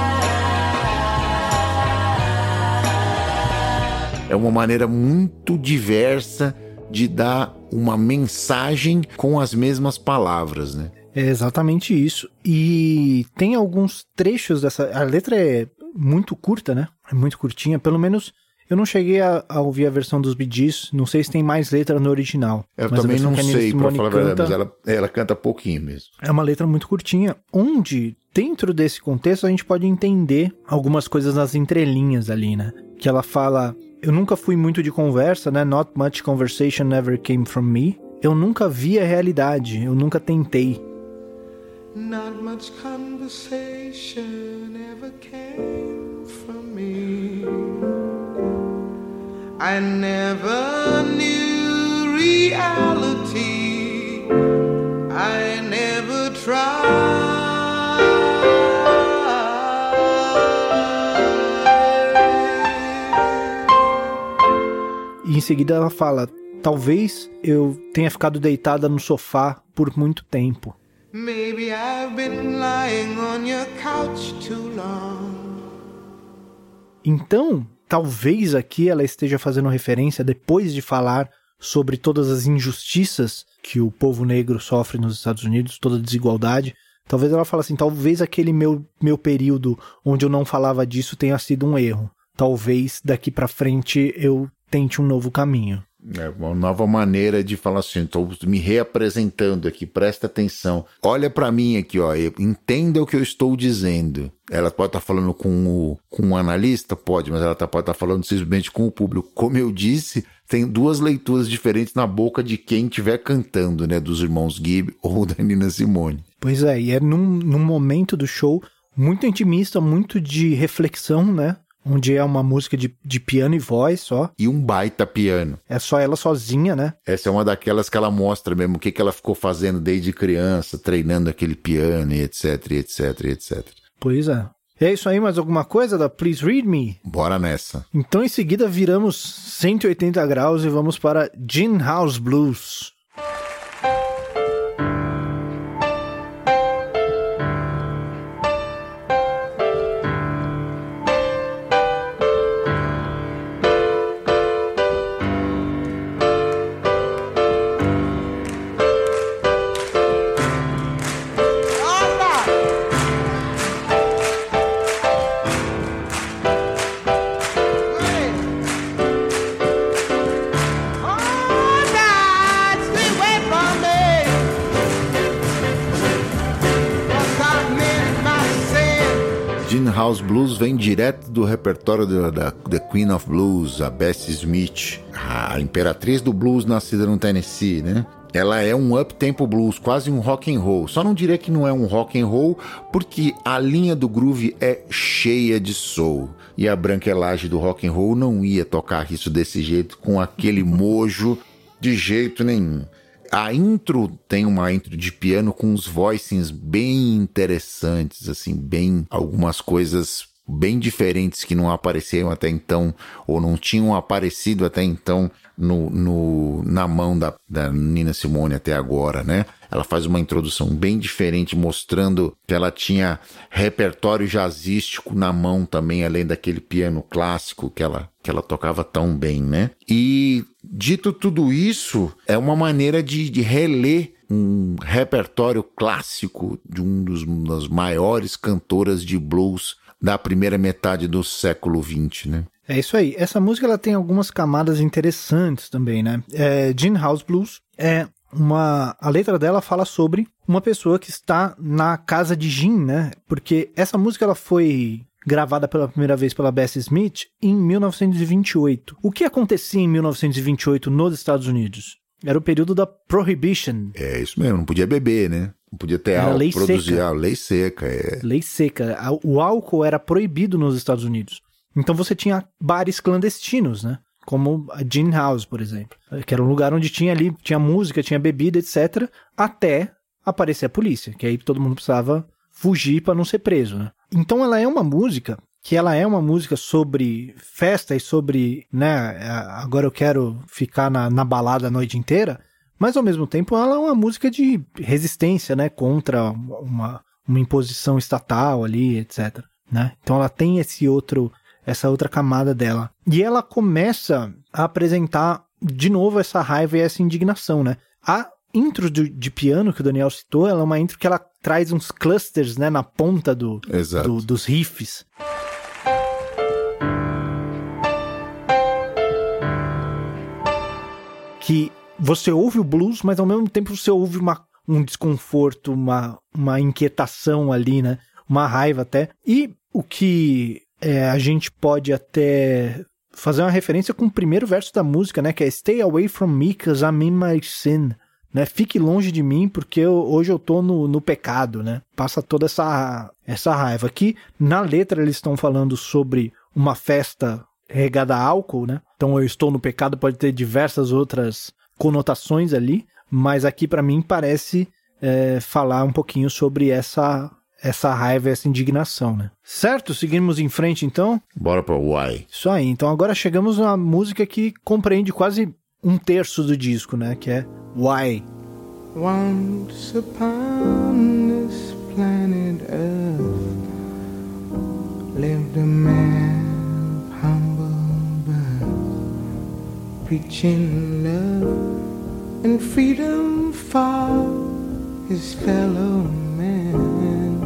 Speaker 5: lie.
Speaker 2: É uma maneira muito diversa de dar uma mensagem com as mesmas palavras, né?
Speaker 1: É exatamente isso. E tem alguns trechos dessa... A letra é muito curta, né? É muito curtinha, pelo menos... Eu não cheguei a, a ouvir a versão dos Bee Gees, não sei se tem mais letra no original.
Speaker 2: Eu
Speaker 1: mas
Speaker 2: também não sei, pra falar a verdade,
Speaker 1: canta,
Speaker 2: mas ela, ela canta pouquinho mesmo.
Speaker 1: É uma letra muito curtinha, onde, dentro desse contexto, a gente pode entender algumas coisas nas entrelinhas ali, né? Que ela fala, eu nunca fui muito de conversa, né? Not much conversation ever came from me. Eu nunca vi a realidade, eu nunca tentei.
Speaker 3: Not much conversation ever came from me. I never knew reality. I never tried.
Speaker 1: E em seguida ela fala, talvez eu tenha ficado deitada no sofá por muito tempo.
Speaker 3: Maybe I've been lying on your couch too long.
Speaker 1: Então, talvez aqui ela esteja fazendo referência, depois de falar sobre todas as injustiças que o povo negro sofre nos Estados Unidos, toda a desigualdade, talvez ela fale assim, talvez aquele meu, meu período onde eu não falava disso tenha sido um erro. Talvez daqui pra frente eu tente um novo caminho.
Speaker 2: É uma nova maneira de falar assim, estou me reapresentando aqui, presta atenção. Olha pra mim aqui, ó, entenda o que eu estou dizendo. Ela pode estar falando com o com um analista? Pode, mas ela tá, pode estar falando simplesmente com o público. Como eu disse, tem duas leituras diferentes na boca de quem estiver cantando, né? Dos irmãos Gibb ou da Nina Simone.
Speaker 1: Pois é, e é num, num momento do show muito intimista, muito de reflexão, né? Onde é uma música de, de piano e voz só.
Speaker 2: E um baita piano.
Speaker 1: É só ela sozinha, né?
Speaker 2: Essa é uma daquelas que ela mostra mesmo o que, que ela ficou fazendo desde criança, treinando aquele piano e etc, etc, etcétera.
Speaker 1: Pois é. E é isso aí, mais alguma coisa da Please Read Me?
Speaker 2: Bora nessa.
Speaker 1: Então em seguida viramos cento e oitenta graus e vamos para Gin House Blues.
Speaker 3: Oh, that's
Speaker 2: Gin House Blues vem direto do repertório da, da The Queen of Blues, a Bessie Smith, a imperatriz do blues nascida no Tennessee, né? Ela é um up-tempo blues, quase um rock and roll. Só não diria que não é um rock and roll, porque a linha do groove é cheia de soul. E a branquelagem do rock and roll não ia tocar isso desse jeito, com aquele mojo, de jeito nenhum. A intro tem uma intro de piano com uns voicings bem interessantes, assim, bem, algumas coisas bem diferentes que não apareceram até então, ou não tinham aparecido até então no, no, na mão da, da Nina Simone até agora, né? Ela faz uma introdução bem diferente, mostrando que ela tinha repertório jazzístico na mão também, além daquele piano clássico que ela, que ela tocava tão bem, né? E, dito tudo isso, é uma maneira de, de reler um repertório clássico de um dos, das maiores cantoras de blues da primeira metade do século vinte, né?
Speaker 1: É isso aí. Essa música ela tem algumas camadas interessantes também, né? É, Gin House Blues é uma... A letra dela fala sobre uma pessoa que está na casa de Gin, né? Porque essa música ela foi gravada pela primeira vez pela Bessie Smith em mil novecentos e vinte e oito. O que acontecia em mil novecentos e vinte e oito nos Estados Unidos? Era o período da Prohibition.
Speaker 2: É isso mesmo, não podia beber, né? Não podia ter álcool,
Speaker 1: lei
Speaker 2: produzir
Speaker 1: seca.
Speaker 2: álcool, lei seca. É.
Speaker 1: Lei seca. O álcool era proibido nos Estados Unidos. Então você tinha bares clandestinos, né? Como a Gin House, por exemplo. Que era um lugar onde tinha ali, tinha música, tinha bebida, etcétera. Até aparecer a polícia. Que aí todo mundo precisava fugir para não ser preso, né? Então ela é uma música que ela é uma música sobre festa e sobre, né, agora eu quero ficar na, na balada a noite inteira, mas ao mesmo tempo ela é uma música de resistência, né, contra uma, uma imposição estatal ali, etcétera, né? Então ela tem esse outro, essa outra camada dela. E ela começa a apresentar de novo essa raiva e essa indignação, né? A intro de, de piano que o Daniel citou, ela é uma intro que ela traz uns clusters, né, na ponta do, do, dos riffs. Que você ouve o blues, mas ao mesmo tempo você ouve uma, um desconforto, uma, uma inquietação ali, né? Uma raiva até. E o que é, a gente pode até fazer uma referência com o primeiro verso da música, né? Que é Stay away from me, cause I'm in my sin. Né? Fique longe de mim, porque eu, hoje eu tô no, no pecado, né? Passa toda essa, essa raiva. Aqui, na letra, eles estão falando sobre uma festa regada a álcool, né? Então eu estou no pecado, pode ter diversas outras conotações ali, mas aqui para mim parece é, falar um pouquinho sobre essa, essa raiva, essa indignação, né? Certo? Seguimos em frente então?
Speaker 2: Bora para o Why.
Speaker 1: Isso aí, então agora chegamos na música que compreende quase um terço do disco, né? Que é Why.
Speaker 3: Once upon this planet Earth lived a man of humble birth, preaching love and freedom for his fellow man.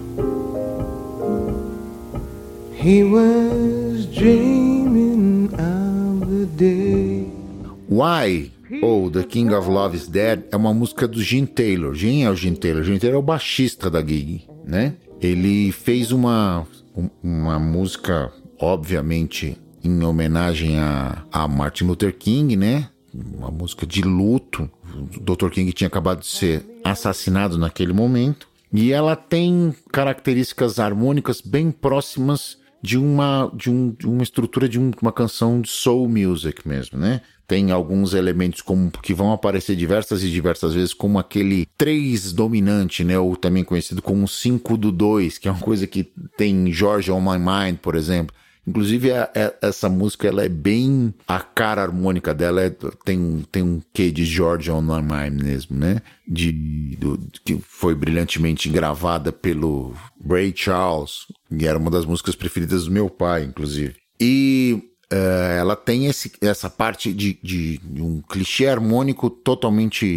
Speaker 3: He was dreaming of the day.
Speaker 2: Why, ou The King of Love is Dead, é uma música do Gene Taylor. Gene é o Gene Taylor. Gene Taylor é o baixista da Gig, né? Ele fez uma, uma música, obviamente, em homenagem a, a Martin Luther King, né? Uma música de luto. O doutor King tinha acabado de ser assassinado naquele momento. E ela tem características harmônicas bem próximas de uma, de um, de uma estrutura de um, uma canção de soul music mesmo, né? Tem alguns elementos como, que vão aparecer diversas e diversas vezes, como aquele três dominante, né? Ou também conhecido como cinco do dois, que é uma coisa que tem Georgia on My Mind, por exemplo. Inclusive, a, a, essa música, ela é bem... A cara harmônica dela é, tem, tem um quê de Georgia on My Mind mesmo, né? De, do, que foi brilhantemente gravada pelo Ray Charles, e era uma das músicas preferidas do meu pai, inclusive. E uh, ela tem esse, essa parte de, de, de um clichê harmônico totalmente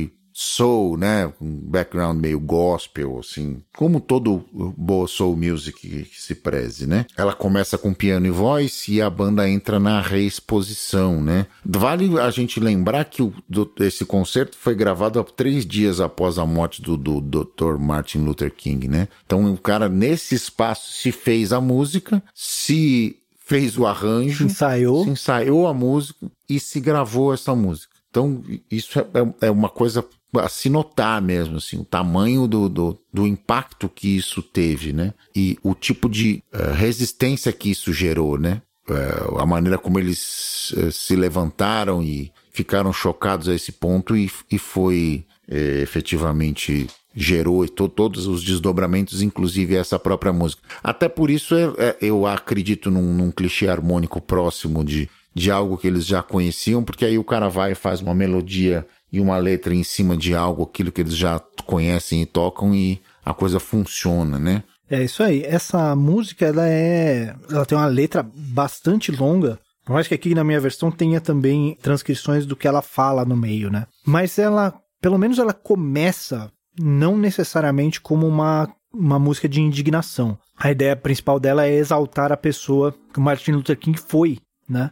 Speaker 2: soul, né? Um background meio gospel, assim, como todo boa soul music que, que se preze, né? Ela começa com piano e voz e a banda entra na reexposição, né? Vale a gente lembrar que o, do, esse concerto foi gravado há três dias após a morte do, do doutor Martin Luther King, né? Então o cara nesse espaço se fez a música, se fez o arranjo,
Speaker 1: Se ensaiou.
Speaker 2: se ensaiou a música e se gravou essa música. Então isso é, é uma coisa a se notar mesmo, assim, o tamanho do, do, do impacto que isso teve, né? E o tipo de uh, resistência que isso gerou, né? Uh, a maneira como eles uh, se levantaram e ficaram chocados a esse ponto e, e foi uh, efetivamente gerou to, todos os desdobramentos, inclusive essa própria música. Até por isso é, é, eu acredito num, num clichê harmônico próximo de, de algo que eles já conheciam, porque aí o cara vai e faz uma melodia e uma letra em cima de algo, aquilo que eles já conhecem e tocam, e a coisa funciona, né?
Speaker 1: É isso aí. Essa música, ela é... ela tem uma letra bastante longa. Por mais que aqui na minha versão tenha também transcrições do que ela fala no meio, né? Mas ela, pelo menos ela começa não necessariamente como uma, uma música de indignação. A ideia principal dela é exaltar a pessoa que o Martin Luther King foi, né?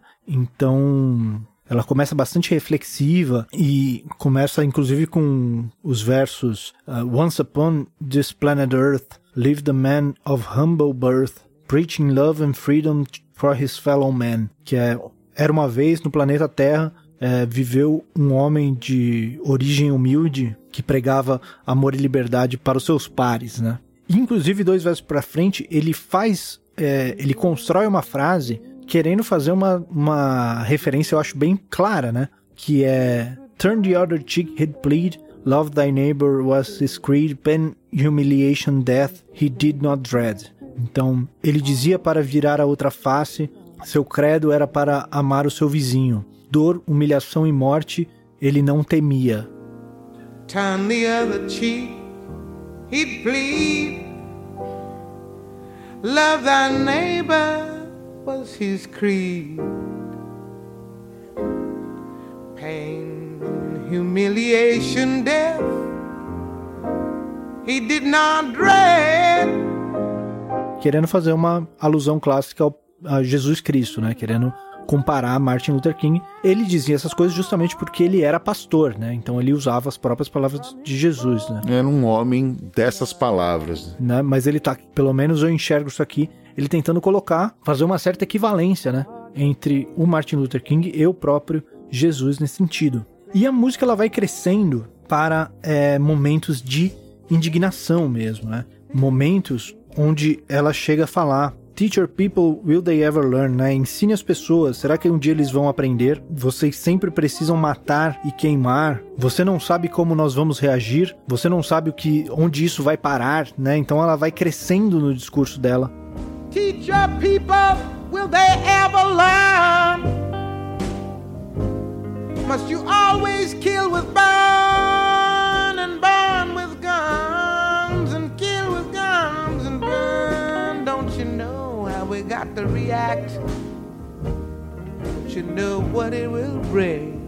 Speaker 1: Então... ela começa bastante reflexiva e começa inclusive com os versos uh, Once upon this planet Earth lived a man of humble birth, preaching love and freedom for his fellow men. Que é, era uma vez no planeta Terra, é, viveu um homem de origem humilde que pregava amor e liberdade para os seus pares, né? E, inclusive, dois versos para frente, ele faz, é, ele constrói uma frase querendo fazer uma, uma referência, eu acho, bem clara, né? Que é Turn the other cheek, he'd plead, love thy neighbor was his creed, pain, humiliation, death, he did not dread. Então, ele dizia para virar a outra face, seu credo era para amar o seu vizinho. Dor, humilhação e morte, ele não temia.
Speaker 3: Turn the other cheek, he'd plead, love thy neighbor was his creed. Pain, humiliation, death, he did not dread.
Speaker 1: Querendo fazer uma alusão clássica ao, a Jesus Cristo, né? Querendo comparar Martin Luther King. Ele dizia essas coisas justamente porque ele era pastor, né? Então ele usava as próprias palavras de Jesus, né?
Speaker 2: Era um homem dessas palavras,
Speaker 1: né? Mas ele tá, pelo menos eu enxergo isso aqui, ele tentando colocar, fazer uma certa equivalência, né, entre o Martin Luther King e o próprio Jesus nesse sentido. E a música ela vai crescendo para é, momentos de indignação mesmo, né? Momentos onde ela chega a falar: Teach your people, will they ever learn? Né? Ensine as pessoas, será que um dia eles vão aprender? Vocês sempre precisam matar e queimar. Você não sabe como nós vamos reagir. Você não sabe o que, onde isso vai parar, né? Então ela vai crescendo no discurso dela.
Speaker 3: Teach your people, will they ever learn? Must you always kill with burn and burn with guns and kill with guns and burn? Don't you know how we got to react? Don't you know what it will bring?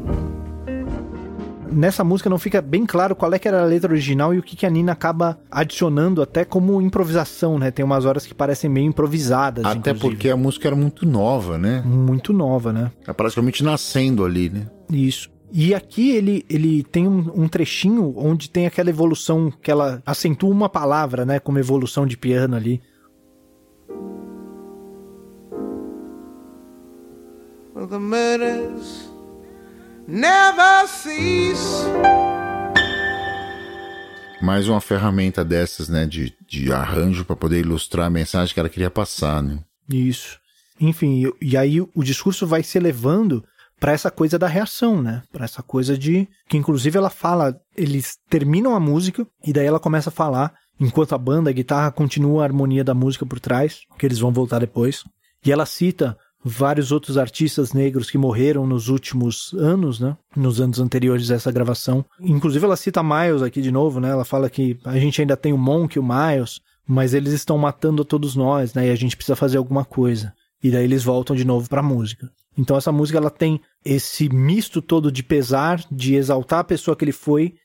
Speaker 1: Nessa música não fica bem claro qual é que era a letra original e o que, que a Nina acaba adicionando até como improvisação, né? Tem umas horas que parecem meio improvisadas,
Speaker 2: até
Speaker 1: inclusive.
Speaker 2: Porque a música era muito nova, né?
Speaker 1: Muito nova, né?
Speaker 2: É praticamente nascendo ali, né?
Speaker 1: Isso. E aqui ele, ele tem um, um trechinho onde tem aquela evolução que ela acentua uma palavra, né? Como evolução de piano ali.
Speaker 3: Well, the murders never cease.
Speaker 2: Mais uma ferramenta dessas, né, de, de arranjo para poder ilustrar a mensagem que ela queria passar, né?
Speaker 1: Isso. Enfim, e, e aí o discurso vai se elevando para essa coisa da reação, né? Para essa coisa de... que inclusive ela fala... eles terminam a música e daí ela começa a falar, enquanto a banda, a guitarra continua a harmonia da música por trás, que eles vão voltar depois. E ela cita vários outros artistas negros que morreram nos últimos anos, né? Nos anos anteriores a essa gravação. Inclusive ela cita Miles aqui de novo, né? Ela fala que a gente ainda tem o Monk e o Miles, mas eles estão matando a todos nós, né? E a gente precisa fazer alguma coisa. E daí eles voltam de novo pra música. Então essa música ela tem esse misto todo de pesar, de exaltar a pessoa que ele foi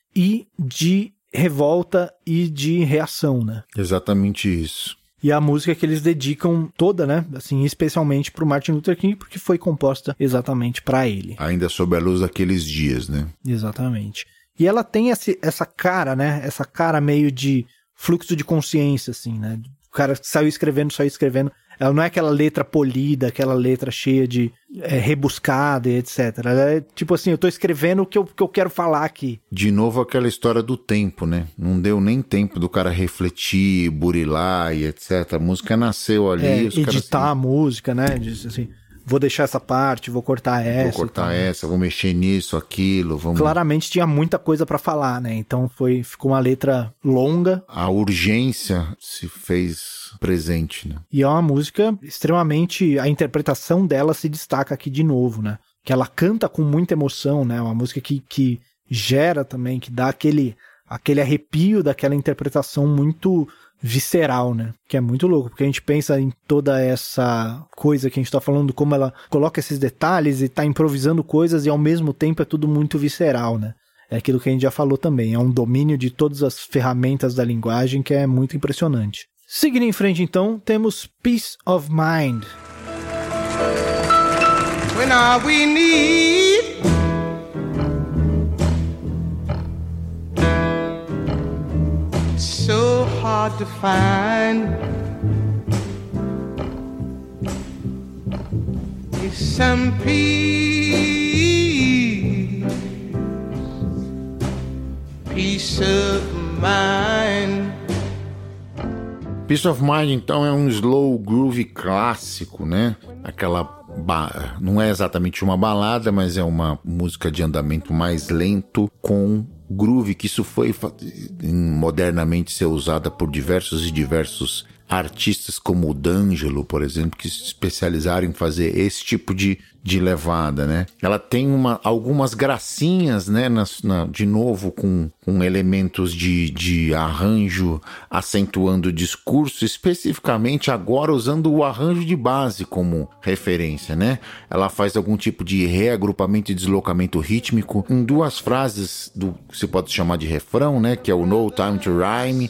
Speaker 1: e de revolta e de reação, né?
Speaker 2: Exatamente isso.
Speaker 1: E a música que eles dedicam toda, né, assim, especialmente pro Martin Luther King, porque foi composta exatamente para ele.
Speaker 2: Ainda sob a luz daqueles dias, né?
Speaker 1: Exatamente. E ela tem esse, essa cara, né, essa cara meio de fluxo de consciência, assim, né? O cara saiu escrevendo, saiu escrevendo. Ela não é aquela letra polida, aquela letra cheia de é, rebuscada e etcétera. Ela é tipo assim, eu tô escrevendo o que eu, que eu quero falar aqui.
Speaker 2: De novo aquela história do tempo, né? Não deu nem tempo do cara refletir, burilar e etcétera. A música nasceu ali.
Speaker 1: É,
Speaker 2: os
Speaker 1: editar
Speaker 2: caras...
Speaker 1: a música, né? Diz assim, vou deixar essa parte, vou cortar essa.
Speaker 2: Vou cortar essa, vou mexer nisso, aquilo. Vamos...
Speaker 1: Claramente tinha muita coisa pra falar, né? Então foi, ficou uma letra longa.
Speaker 2: A urgência se fez presente, né?
Speaker 1: E é uma música extremamente... A interpretação dela se destaca aqui de novo, né? Que ela canta com muita emoção, né? Uma música que, que gera também, que dá aquele, aquele arrepio daquela interpretação muito visceral, né? Que é muito louco, porque a gente pensa em toda essa coisa que a gente tá falando, como ela coloca esses detalhes e tá improvisando coisas e ao mesmo tempo é tudo muito visceral, né? É aquilo que a gente já falou também, é um domínio de todas as ferramentas da linguagem que é muito impressionante. Seguindo em frente, então, temos Peace of Mind.
Speaker 3: When all we need so hard to find is some peace, peace of mind.
Speaker 2: Peace of Mind, então, é um slow groove clássico, né? Aquela... Ba... Não é exatamente uma balada, mas é uma música de andamento mais lento com groove, que isso foi modernamente ser usada por diversos e diversos artistas como o D'Angelo, por exemplo, que se especializaram em fazer esse tipo de, de levada, né? Ela tem uma, algumas gracinhas, né? Na, na, de novo, com, com elementos de, de arranjo acentuando o discurso, especificamente agora usando o arranjo de base como referência, né? Ela faz algum tipo de reagrupamento e deslocamento rítmico em duas frases do que se pode chamar de refrão, né? Que é o No Time to Rhyme.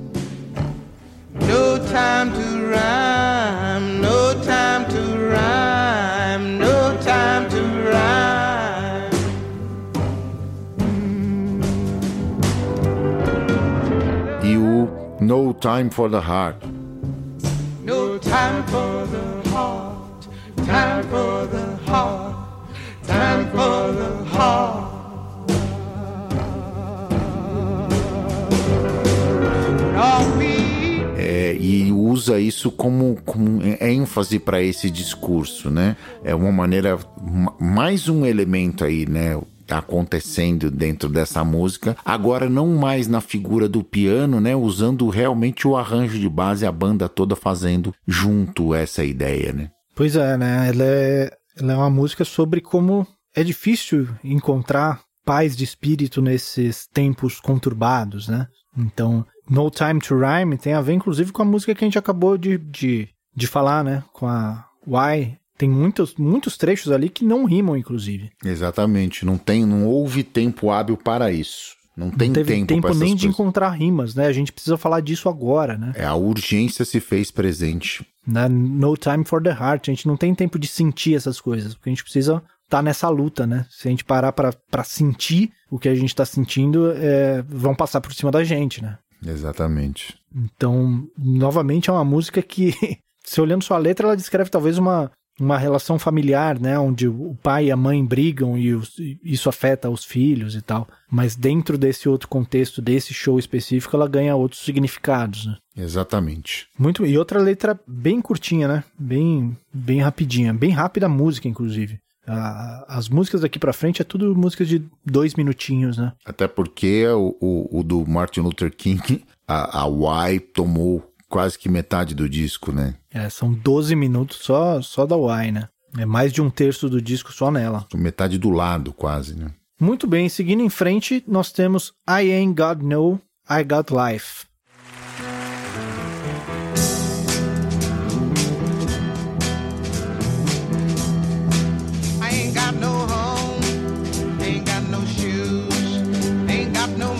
Speaker 3: No time to rhyme, no time to rhyme, no time to rhyme.
Speaker 2: E o No Time for the Heart.
Speaker 3: No time for the heart, time for the heart, time for the heart. All we
Speaker 2: É, e usa isso como, como ênfase para esse discurso, né? É uma maneira, mais um elemento aí, né? Acontecendo dentro dessa música, agora não mais na figura do piano, né? Usando realmente o arranjo de base, a banda toda fazendo junto essa ideia, né?
Speaker 1: Pois é, né? Ela é, ela é uma música sobre como é difícil encontrar paz de espírito nesses tempos conturbados, né? Então, No Time to Rhyme tem a ver, inclusive, com a música que a gente acabou de, de, de falar, né? Com a Why. Tem muitos, muitos trechos ali que não rimam, inclusive.
Speaker 2: Exatamente. Não tem, não houve tempo hábil para isso. Não tem
Speaker 1: não teve
Speaker 2: tempo,
Speaker 1: tempo
Speaker 2: para essas
Speaker 1: nem
Speaker 2: coisas.
Speaker 1: de encontrar rimas, né? A gente precisa falar disso agora, né?
Speaker 2: É, a urgência se fez presente.
Speaker 1: Na No Time for the Heart. A gente não tem tempo de sentir essas coisas, porque a gente precisa estar nessa luta, né? Se a gente parar pra, pra sentir o que a gente tá sentindo, é, vão passar por cima da gente, né?
Speaker 2: Exatamente.
Speaker 1: Então, novamente, é uma música que, se olhando sua letra, ela descreve talvez uma, uma relação familiar, né? Onde o pai e a mãe brigam e os, isso afeta os filhos e tal. Mas dentro desse outro contexto, desse show específico, ela ganha outros significados, né?
Speaker 2: Exatamente.
Speaker 1: Muito, e outra letra bem curtinha, né? Bem, bem rapidinha. Bem rápida a música, inclusive. A, as músicas daqui pra frente é tudo músicas de dois minutinhos, né?
Speaker 2: Até porque o, o, o do Martin Luther King, a, a Why tomou quase que metade do disco, né?
Speaker 1: É, são doze minutos só, só da Why, né? É mais de um terço do disco só nela.
Speaker 2: Metade do lado, quase, né?
Speaker 1: Muito bem, seguindo em frente, nós temos I Ain't Got No, I Got Life.
Speaker 3: I ain't got no home, ain't got no shoes, ain't got no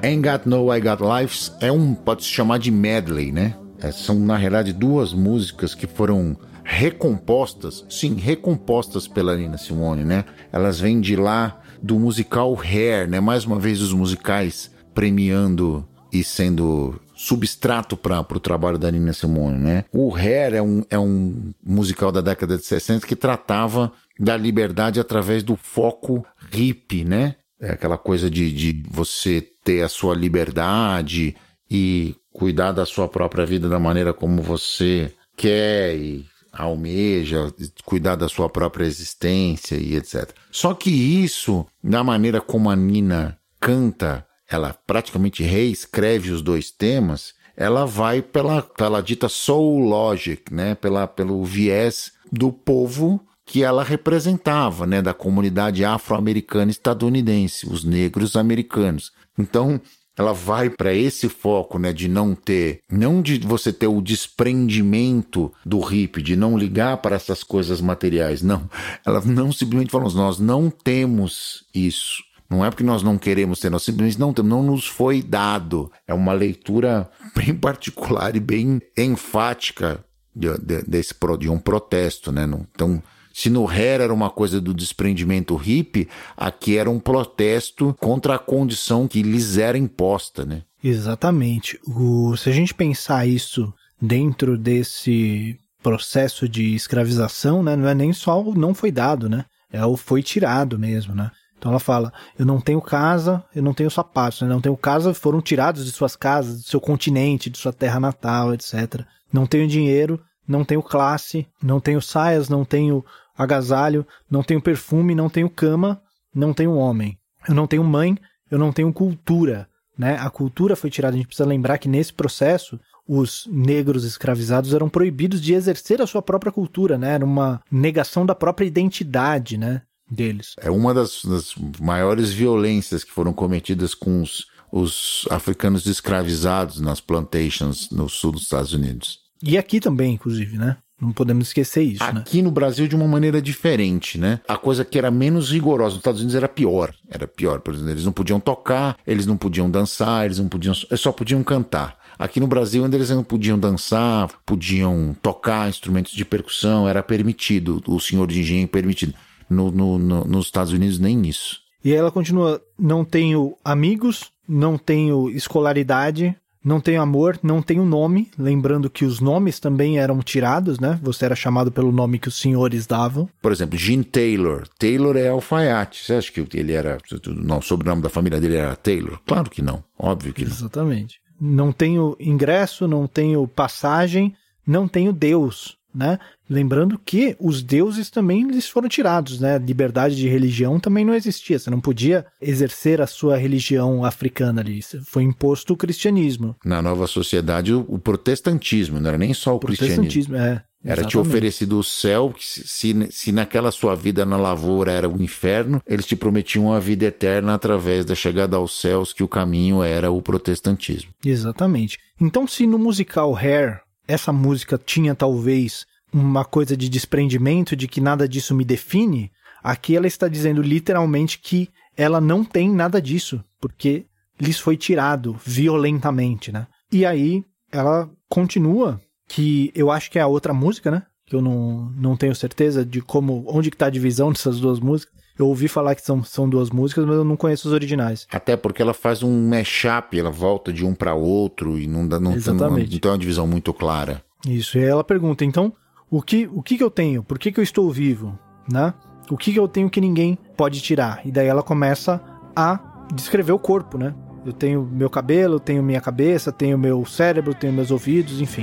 Speaker 2: Ain't Got No, I Got Life é um, pode se chamar de medley, né? É, são, na realidade, duas músicas que foram recompostas, sim, recompostas pela Nina Simone, né? Elas vêm de lá do musical Hair, né? Mais uma vez os musicais premiando e sendo substrato para o trabalho da Nina Simone, né? O Hair é um, é um musical da década de sessenta que tratava da liberdade através do foco hippie, né? É aquela coisa de, de você ter a sua liberdade e cuidar da sua própria vida da maneira como você quer e almeja, cuidar da sua própria existência e etcétera. Só que isso, da maneira como a Nina canta, ela praticamente reescreve os dois temas, ela vai pela, pela dita soul logic, né? Pela, pelo viés do povo que ela representava, né? Da comunidade afro-americana estadunidense, os negros americanos. Então, ela vai para esse foco, né, de não ter, não de você ter o desprendimento do hippie, de não ligar para essas coisas materiais, não. Ela não simplesmente fala, nós não temos isso. Não é porque nós não queremos ter, nós simplesmente não temos, não nos foi dado. É uma leitura bem particular e bem enfática de, de, desse, de um protesto, né? Então, se no Hair era uma coisa do desprendimento hippie, aqui era um protesto contra a condição que lhes era imposta, né?
Speaker 1: Exatamente. O, se a gente pensar isso dentro desse processo de escravização, né, não é nem só o não foi dado, né? É o foi tirado mesmo, né? Então ela fala, eu não tenho casa, eu não tenho sapatos, né? Não tenho casa, foram tirados de suas casas, do seu continente, de sua terra natal, etcétera. Não tenho dinheiro, não tenho classe, não tenho saias, não tenho agasalho, não tenho perfume, não tenho cama, não tenho homem. Eu não tenho mãe, eu não tenho cultura, né? A cultura foi tirada. A gente precisa lembrar que nesse processo os negros escravizados eram proibidos de exercer a sua própria cultura, né? Era uma negação da própria identidade, né, deles.
Speaker 2: É uma das, das maiores violências que foram cometidas com os, os africanos escravizados nas plantations no sul dos Estados Unidos.
Speaker 1: E aqui também, inclusive, né? Não podemos esquecer isso,
Speaker 2: aqui,
Speaker 1: né?
Speaker 2: Aqui no Brasil de uma maneira diferente, né? A coisa que era menos rigorosa nos Estados Unidos era pior. Era pior, por exemplo, eles não podiam tocar, eles não podiam dançar, eles não podiam, eles só podiam cantar. Aqui no Brasil, onde eles não podiam dançar, podiam tocar instrumentos de percussão, era permitido, o senhor de engenho permitido. No, no, no, nos Estados Unidos, nem isso.
Speaker 1: E ela continua, não tenho amigos, não tenho escolaridade, não tenho amor, não tenho nome, lembrando que os nomes também eram tirados, né? Você era chamado pelo nome que os senhores davam.
Speaker 2: Por exemplo, Gene Taylor. Taylor é alfaiate. Você acha que ele era... Não, o sobrenome da família dele era Taylor? Claro que não. Óbvio que não.
Speaker 1: Exatamente. Não tenho ingresso, não tenho passagem, não tenho Deus, né? Lembrando que os deuses também lhes foram tirados, né? Liberdade de religião também não existia. Você não podia exercer a sua religião africana ali. Foi imposto o cristianismo.
Speaker 2: Na nova sociedade, o, o protestantismo, não era nem só o, o cristianismo.
Speaker 1: Protestantismo, é.
Speaker 2: Era te oferecido o céu, que se, se naquela sua vida na lavoura era o inferno, eles te prometiam a vida eterna através da chegada aos céus, que o caminho era o protestantismo.
Speaker 1: Exatamente. Então, se no musical Hair, essa música tinha talvez uma coisa de desprendimento, de que nada disso me define, aqui ela está dizendo literalmente que ela não tem nada disso, porque lhes foi tirado violentamente, né? E aí ela continua, que eu acho que é a outra música, né? Que eu não, não tenho certeza de como, onde que está a divisão dessas duas músicas. Eu ouvi falar que são, são duas músicas, mas eu não conheço os originais.
Speaker 2: Até porque ela faz um mashup, ela volta de um para outro e não, dá, não,
Speaker 1: Exatamente.
Speaker 2: não, não tem uma divisão muito clara.
Speaker 1: Isso, e aí ela pergunta, então, o que, o que que eu tenho? Por que que eu estou vivo? Né? O que que eu tenho que ninguém pode tirar? E daí ela começa a descrever o corpo, né? Eu tenho meu cabelo, tenho minha cabeça, tenho meu cérebro, tenho meus ouvidos, enfim.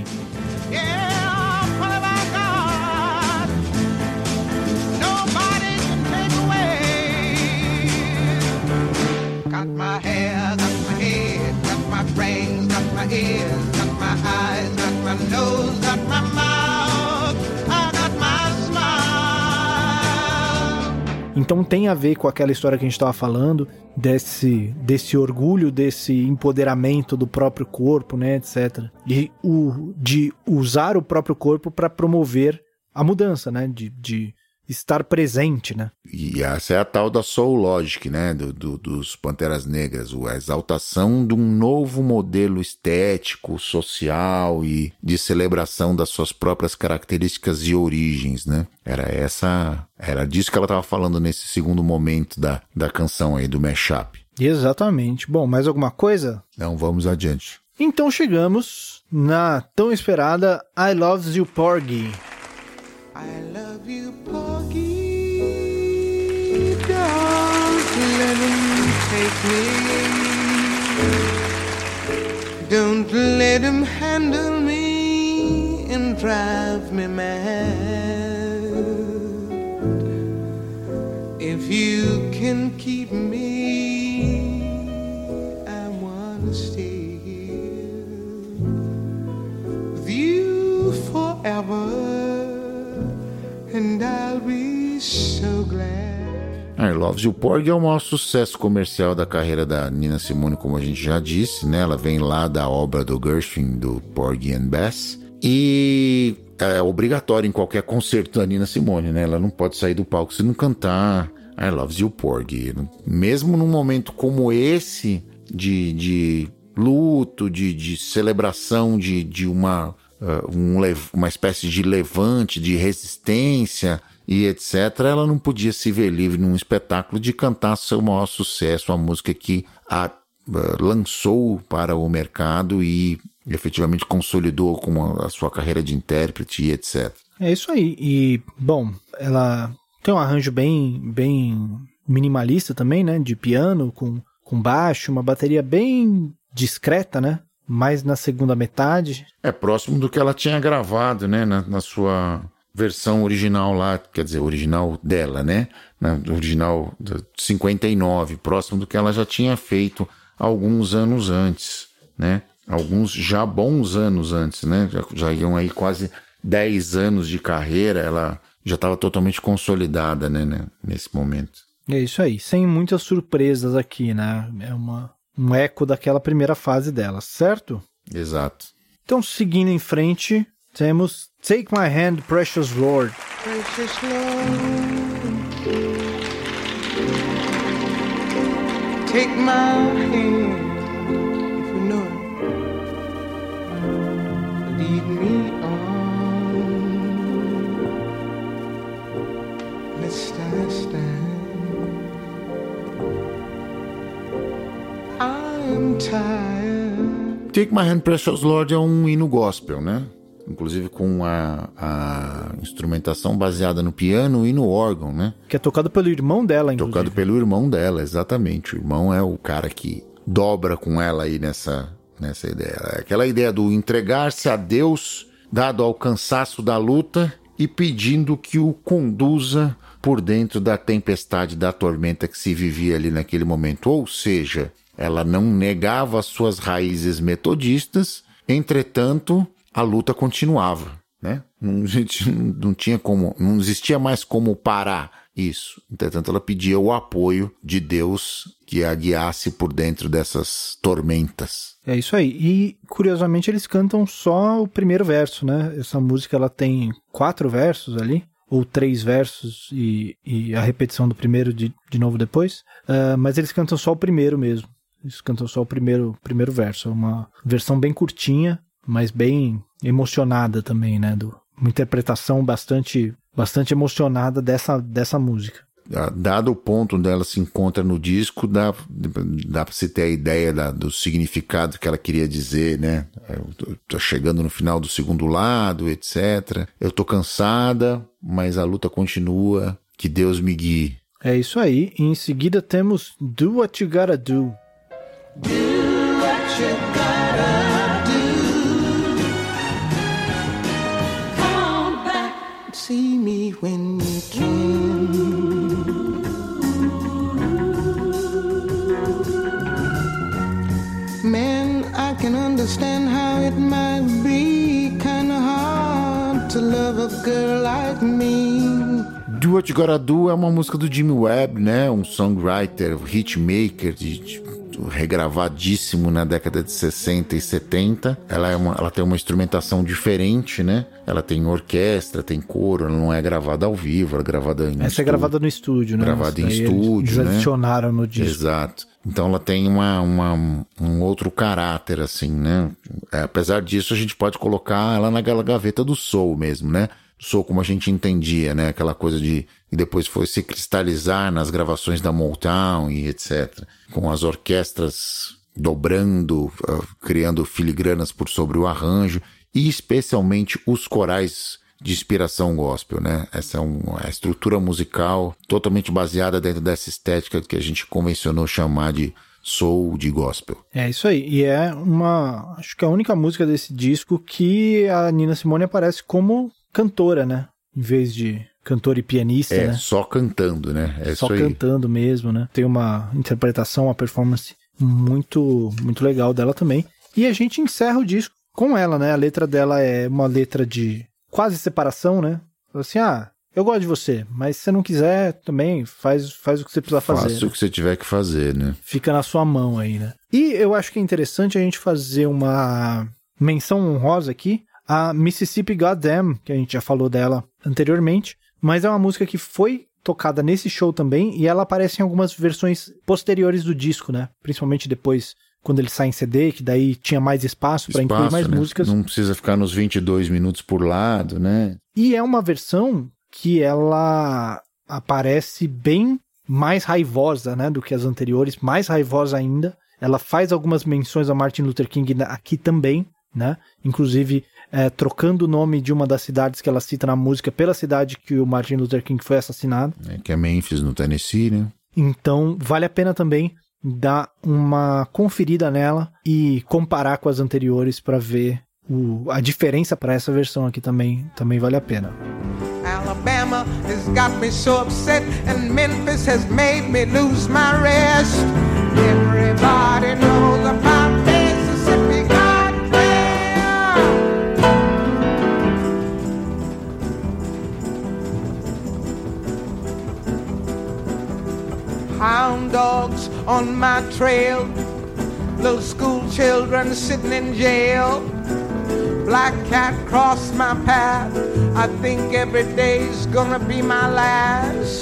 Speaker 3: Got my hair, got my head, got my brains, got my ears, got my eyes, got my nose, got my mouth, I got my smile.
Speaker 1: Então tem a ver com aquela história que a gente estava falando, desse, desse orgulho, desse empoderamento do próprio corpo, né, etcétera. E o, de usar o próprio corpo para promover a mudança, né, de, de estar presente, né?
Speaker 2: E essa é a tal da Soul Logic, né, do, do, dos Panteras Negras, a exaltação de um novo modelo estético, social e de celebração das suas próprias características e origens, né? Era essa, era disso que ela estava falando nesse segundo momento da, da canção aí, do mashup.
Speaker 1: Exatamente. Bom, mais alguma coisa?
Speaker 2: Então vamos adiante.
Speaker 1: Então chegamos na tão esperada I Love You Porgy.
Speaker 3: I love you, Porgy. Don't let him take me. Don't let him handle me and drive me mad. If you can keep me, I wanna stay here with you forever. And I'll be so glad.
Speaker 2: I Love You Porgy é o maior sucesso comercial da carreira da Nina Simone, como a gente já disse, né? Ela vem lá da obra do Gershwin, do Porgy and Bess, e é obrigatório em qualquer concerto da Nina Simone, né? Ela não pode sair do palco se não cantar I Love You Porgy. Mesmo num momento como esse, de, de luto, de, de celebração de, de uma... Uh, um, uma espécie de levante, de resistência e etcétera, ela não podia se ver livre num espetáculo de cantar seu maior sucesso, a música que a uh, lançou para o mercado e efetivamente consolidou com a, a sua carreira de intérprete e etcétera.
Speaker 1: É isso aí. E, bom, ela tem um arranjo bem, bem minimalista também, né? De piano, com, com baixo, uma bateria bem discreta, né? Mais na segunda metade. É
Speaker 2: próximo do que ela tinha gravado, né, na, na sua versão original lá, quer dizer, original dela, né, na original de cinquenta e nove, próximo do que ela já tinha feito alguns anos antes, né, alguns já bons anos antes, né, já, já iam aí quase dez anos de carreira, ela já estava totalmente consolidada, né, né, nesse momento.
Speaker 1: É isso aí, sem muitas surpresas aqui, né, é uma... um eco daquela primeira fase dela, certo?
Speaker 2: Exato.
Speaker 1: Então, seguindo em frente, temos Take My Hand, Precious Lord.
Speaker 3: Precious Lord, take my hand, if you know it, lead me on, let's stand, stand. I'm tired.
Speaker 2: Take My Hand, Precious Lord é um hino gospel, né? Inclusive com a, a instrumentação baseada no piano e no órgão, né?
Speaker 1: Que é tocado pelo irmão dela, inclusive.
Speaker 2: Tocado pelo irmão dela, exatamente. O irmão é o cara que dobra com ela aí nessa, nessa ideia. Aquela ideia do entregar-se a Deus, dado ao cansaço da luta e pedindo que o conduza por dentro da tempestade, da tormenta que se vivia ali naquele momento. Ou seja, ela não negava as suas raízes metodistas, entretanto, a luta continuava, né? Não, não tinha como, não existia mais como parar isso. Entretanto, ela pedia o apoio de Deus que a guiasse por dentro dessas tormentas.
Speaker 1: É isso aí. E, curiosamente, eles cantam só o primeiro verso, né? Essa música, ela tem quatro versos ali, ou três versos e, e a repetição do primeiro de, de novo depois. Uh, mas eles cantam só o primeiro mesmo. Eles cantam só o primeiro, primeiro verso. É uma versão bem curtinha, mas bem emocionada também, né? Do, uma interpretação bastante, bastante emocionada dessa, dessa música.
Speaker 2: Dado o ponto onde ela se encontra no disco, dá, dá pra você ter a ideia da, do significado que ela queria dizer, né? Eu tô, tô chegando no final do segundo lado, etcétera. Eu tô cansada, mas a luta continua. Que Deus me guie.
Speaker 1: É isso aí. E em seguida temos Do What You Gotta Do.
Speaker 3: Do what you gotta do. Come on back and see me when you can. Man, I can understand how it might be kinda hard to love a girl like me.
Speaker 2: Do What You Gotta Do é uma música do Jimmy Webb, né? Um songwriter, hitmaker, de, de regravadíssimo na década de sessenta e setenta. Ela, é uma, ela tem uma instrumentação diferente, né? Ela tem orquestra, tem coro, ela não é gravada ao vivo, ela é gravada em
Speaker 1: Essa
Speaker 2: estúdio.
Speaker 1: é gravada no estúdio, né?
Speaker 2: Gravada em
Speaker 1: Daí
Speaker 2: estúdio,
Speaker 1: eles
Speaker 2: né?
Speaker 1: adicionaram no disco.
Speaker 2: Exato. Então ela tem uma, uma, um outro caráter, assim, né? É, apesar disso, a gente pode colocar ela naquela gaveta do soul mesmo, né? Soul como a gente entendia, né? Aquela coisa de... E depois foi se cristalizar nas gravações da Motown e etcétera. Com as orquestras dobrando, uh, criando filigranas por sobre o arranjo. E especialmente os corais de inspiração gospel, né? Essa é uma a estrutura musical totalmente baseada dentro dessa estética que a gente convencionou chamar de soul, de gospel.
Speaker 1: É isso aí, e é uma, acho que é a única música desse disco que a Nina Simone aparece como cantora, né? Em vez de cantora e pianista,
Speaker 2: é,
Speaker 1: né?
Speaker 2: só cantando, né? É
Speaker 1: só
Speaker 2: isso aí.
Speaker 1: cantando mesmo, né? Tem uma interpretação, uma performance muito, muito legal dela também. E a gente encerra o disco com ela, né? A letra dela é uma letra de quase separação, né? Assim, ah, eu gosto de você, mas se você não quiser também, faz, faz o que você precisa fazer.
Speaker 2: Faça o que você tiver que fazer, né?
Speaker 1: Fica na sua mão aí, né? E eu acho que é interessante a gente fazer uma menção honrosa aqui a Mississippi Goddam, que a gente já falou dela anteriormente, mas é uma música que foi tocada nesse show também e ela aparece em algumas versões posteriores do disco, né? Principalmente depois, quando ele sai em C D, que daí tinha mais espaço para incluir mais
Speaker 2: né?
Speaker 1: músicas.
Speaker 2: Não precisa ficar nos vinte e dois minutos por lado, né?
Speaker 1: E é uma versão que ela aparece bem mais raivosa, né, do que as anteriores, mais raivosa ainda. Ela faz algumas menções a Martin Luther King aqui também, né? Inclusive é, trocando o nome de uma das cidades que ela cita na música pela cidade que o Martin Luther King foi assassinado.
Speaker 2: É, que é Memphis, no Tennessee, né?
Speaker 1: Então vale a pena também dar uma conferida nela e comparar com as anteriores para ver o, a diferença para essa versão aqui também, também vale a pena.
Speaker 3: Alabama has got me so upset, and Memphis has made me lose my rest. Everybody knows about Mississippi Goddam. Hound dogs on my trail, little school children sitting in jail. Black cat crossed my path, I think every day's gonna be my last.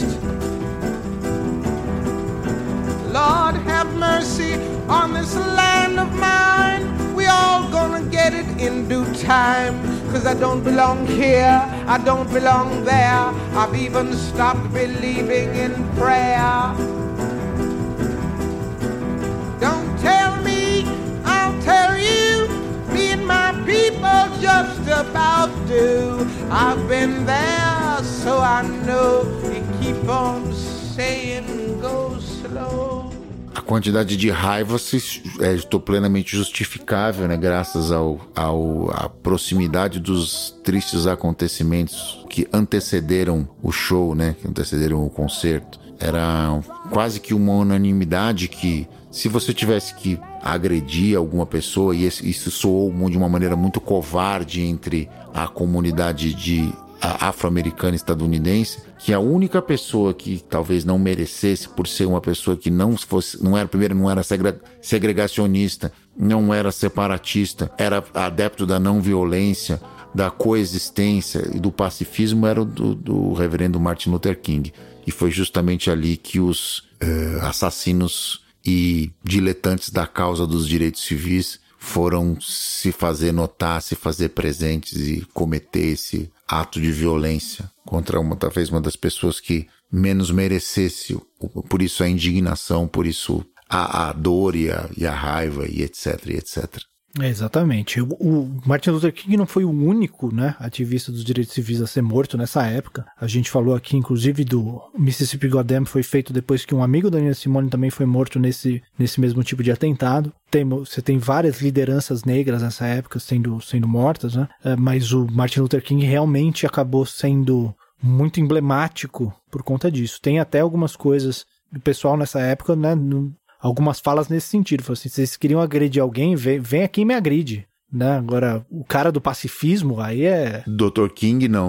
Speaker 3: Lord have mercy on this land of mine. We all gonna get it in due time. Cause I don't belong here, I don't belong there. I've even stopped believing in prayer. Don't tell me, I'll tell you. Me and my people just about do. I've been there, so I know. You keep on saying go slow.
Speaker 2: A quantidade de raiva se, é, estou plenamente justificável, né? Graças ao, ao, à proximidade dos tristes acontecimentos que antecederam o show, né? Que antecederam o concerto. Era quase que uma unanimidade que, se você tivesse que agredir alguma pessoa, e isso soou de uma maneira muito covarde entre a comunidade de afro-americana e estadunidense, que a única pessoa que talvez não merecesse, por ser uma pessoa que não fosse, não era, primeiro, não era segregacionista, não era separatista, era adepto da não violência, da coexistência e do pacifismo, era o do, do reverendo Martin Luther King. E foi justamente ali que os uh, assassinos e diletantes da causa dos direitos civis foram se fazer notar, se fazer presentes e cometer esse ato de violência contra uma, talvez uma das pessoas que menos merecesse. Por isso a indignação, por isso a, a dor e a, e a raiva e etc, e etcétera.
Speaker 1: É, exatamente. O, o Martin Luther King não foi o único, né, ativista dos direitos civis a ser morto nessa época. A gente falou aqui, inclusive, do Mississippi Goddam, foi feito depois que um amigo da Nina Simone também foi morto nesse, nesse mesmo tipo de atentado. Tem, você tem várias lideranças negras nessa época sendo, sendo mortas, né? É, mas o Martin Luther King realmente acabou sendo muito emblemático por conta disso. Tem até algumas coisas do pessoal nessa época, né, no, algumas falas nesse sentido. Falou assim, se vocês queriam agredir alguém, vem, vem aqui e me agride. Né? Agora, o cara do pacifismo, aí é...
Speaker 2: doutor King não, né?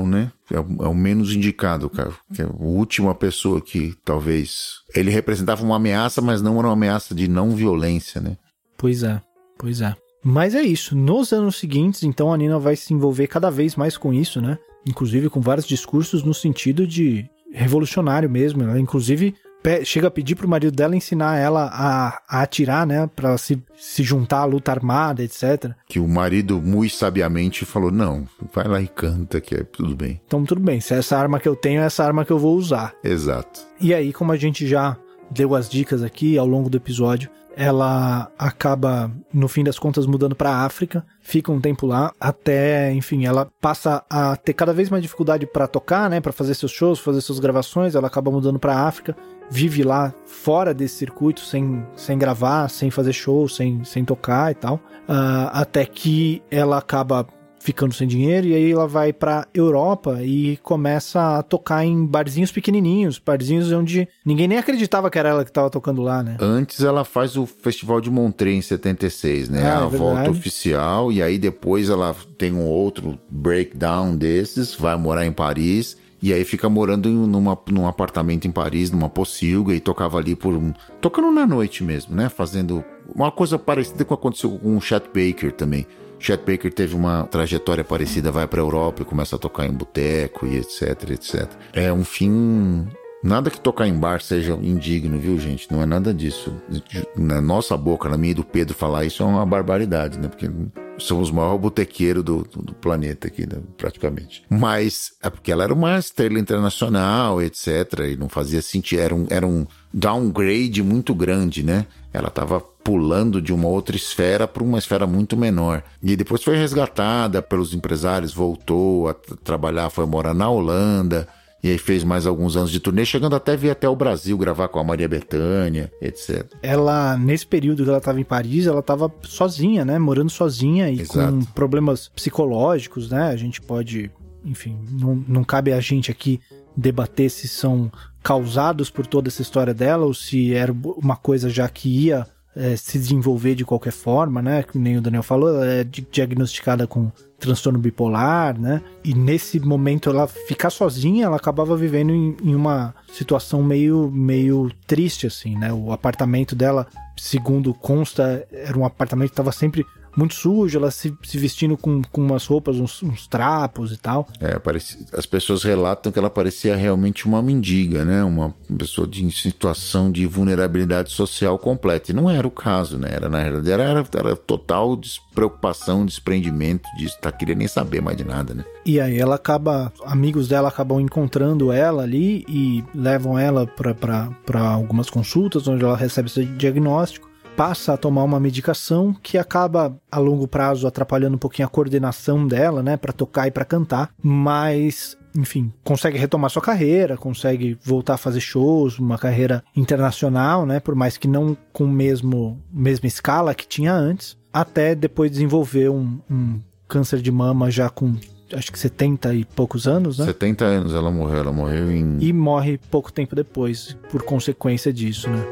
Speaker 2: É o, é o menos indicado, cara. Que é a última pessoa que talvez... Ele representava uma ameaça, mas não era uma ameaça de não violência, né?
Speaker 1: Pois é, pois é. Mas é isso. Nos anos seguintes, então, a Nina vai se envolver cada vez mais com isso, né? Inclusive com vários discursos no sentido de revolucionário mesmo. Ela, inclusive, chega a pedir pro marido dela ensinar ela a, a atirar, né? Pra ela se, se juntar à luta armada, etcétera.
Speaker 2: Que o marido, muito sabiamente, falou, não, vai lá e canta, que é tudo bem.
Speaker 1: Então, tudo bem. Se é essa arma que eu tenho, é essa arma que eu vou usar.
Speaker 2: Exato.
Speaker 1: E aí, como a gente já deu as dicas aqui ao longo do episódio, ela acaba, no fim das contas, mudando para a África, fica um tempo lá, até, enfim, ela passa a ter cada vez mais dificuldade para tocar, né, para fazer seus shows, fazer suas gravações, ela acaba mudando para a África, vive lá fora desse circuito, sem, sem gravar, sem fazer show, sem, sem tocar e tal, uh, até que ela acaba ficando sem dinheiro, e aí ela vai pra Europa e começa a tocar em barzinhos pequenininhos, barzinhos onde ninguém nem acreditava que era ela que tava tocando lá, né?
Speaker 2: Antes ela faz o Festival de Montreux em setenta e seis, né?
Speaker 1: Ah,
Speaker 2: a
Speaker 1: é
Speaker 2: volta
Speaker 1: verdade.
Speaker 2: oficial, e aí depois ela tem um outro breakdown desses, vai morar em Paris, e aí fica morando em numa, num apartamento em Paris, numa pocilga, e tocava ali por um... tocando na noite mesmo, né? Fazendo uma coisa parecida com o que aconteceu com o Chet Baker também. Chet Baker teve uma trajetória parecida, vai pra Europa e começa a tocar em boteco e etc, etcétera. É um fim... Nada que tocar em bar seja indigno, viu, gente? Não é nada disso. Na nossa boca, na minha e do Pedro, falar isso é uma barbaridade, né? Porque somos o maior botequeiro do, do, do planeta aqui, né? Praticamente. Mas é porque ela era uma estrela internacional, etcétera. E não fazia sentido. Era um, era um downgrade muito grande, né? Ela estava pulando de uma outra esfera para uma esfera muito menor. E depois foi resgatada pelos empresários, voltou a trabalhar, foi morar na Holanda... E aí fez mais alguns anos de turnê, chegando até vir até o Brasil gravar com a Maria Bethânia, etcétera.
Speaker 1: Ela, nesse período que ela estava em Paris, ela estava sozinha, né? Morando sozinha e
Speaker 2: Exato.
Speaker 1: Com problemas psicológicos, né? A gente pode, enfim, não, não cabe a gente aqui debater se são causados por toda essa história dela ou se era uma coisa já que ia é, se desenvolver de qualquer forma, né? Que nem o Daniel falou, ela é diagnosticada com transtorno bipolar, né? E nesse momento ela ficar sozinha, ela acabava vivendo em, em uma situação meio, meio triste, assim, né? O apartamento dela, segundo consta, era um apartamento que estava sempre muito sujo, ela se, se vestindo com, com umas roupas, uns, uns trapos e tal.
Speaker 2: É, parecia, as pessoas relatam que ela parecia realmente uma mendiga, né? Uma pessoa de, em situação de vulnerabilidade social completa. E não era o caso, né? Era, na realidade, era, era, era total despreocupação, desprendimento disso. Tá querendo nem saber mais de nada, né?
Speaker 1: E aí ela acaba, amigos dela acabam encontrando ela ali e levam ela para algumas consultas, onde ela recebe esse diagnóstico. Passa a tomar uma medicação que acaba a longo prazo atrapalhando um pouquinho a coordenação dela, né, para tocar e para cantar, mas, enfim, consegue retomar sua carreira, consegue voltar a fazer shows, uma carreira internacional, né, por mais que não com mesmo mesma escala que tinha antes, até depois desenvolver um, um câncer de mama já com acho que setenta e poucos anos, né?
Speaker 2: setenta anos ela morreu, ela morreu em...
Speaker 1: E morre pouco tempo depois, por consequência disso, né?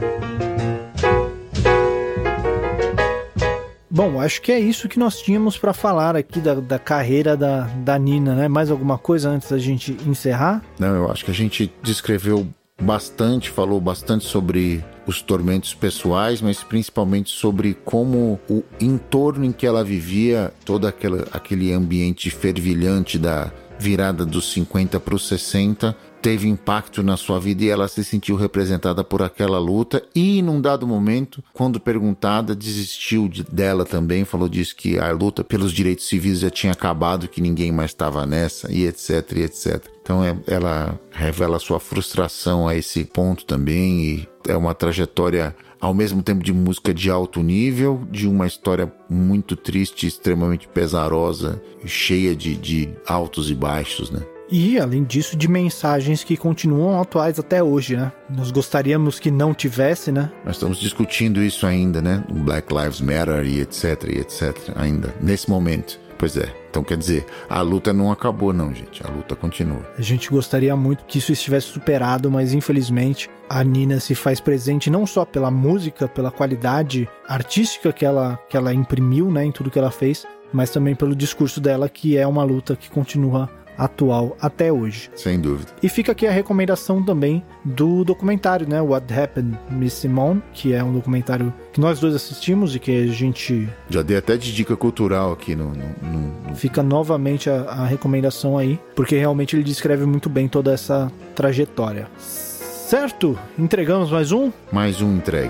Speaker 1: Bom, acho que é isso que nós tínhamos para falar aqui da, da carreira da, da Nina, né? Mais alguma coisa antes da gente encerrar?
Speaker 2: Não, eu acho que a gente descreveu bastante, falou bastante sobre os tormentos pessoais, mas principalmente sobre como o entorno em que ela vivia, todo aquele, aquele ambiente fervilhante da virada dos cinquenta para os sessenta, teve impacto na sua vida e ela se sentiu representada por aquela luta e, num dado momento, quando perguntada, desistiu de, dela também, falou disso que a luta pelos direitos civis já tinha acabado, que ninguém mais estava nessa e etc, e etcétera. Então é, ela revela sua frustração a esse ponto também e é uma trajetória ao mesmo tempo de música de alto nível, de uma história muito triste, extremamente pesarosa, cheia de, de altos e baixos, né?
Speaker 1: E, além disso, de mensagens que continuam atuais até hoje, né? Nós gostaríamos que não tivesse, né?
Speaker 2: Nós estamos discutindo isso ainda, né? Black Lives Matter e etc, e etcétera, ainda, nesse momento. Pois é. Então, quer dizer, a luta não acabou não, gente. A luta continua.
Speaker 1: A gente gostaria muito que isso estivesse superado, mas, infelizmente, a Nina se faz presente não só pela música, pela qualidade artística que ela, que ela imprimiu, né, em tudo que ela fez, mas também pelo discurso dela, que é uma luta que continua atual até hoje.
Speaker 2: Sem dúvida.
Speaker 1: E fica aqui a recomendação também do documentário, né? What Happened, Miss Simone, que é um documentário que nós dois assistimos e que a gente...
Speaker 2: Já dei até de dica cultural aqui no... no, no, no...
Speaker 1: Fica novamente a, a recomendação aí, porque realmente ele descreve muito bem toda essa trajetória. Certo? Entregamos mais um?
Speaker 2: Mais um entregue.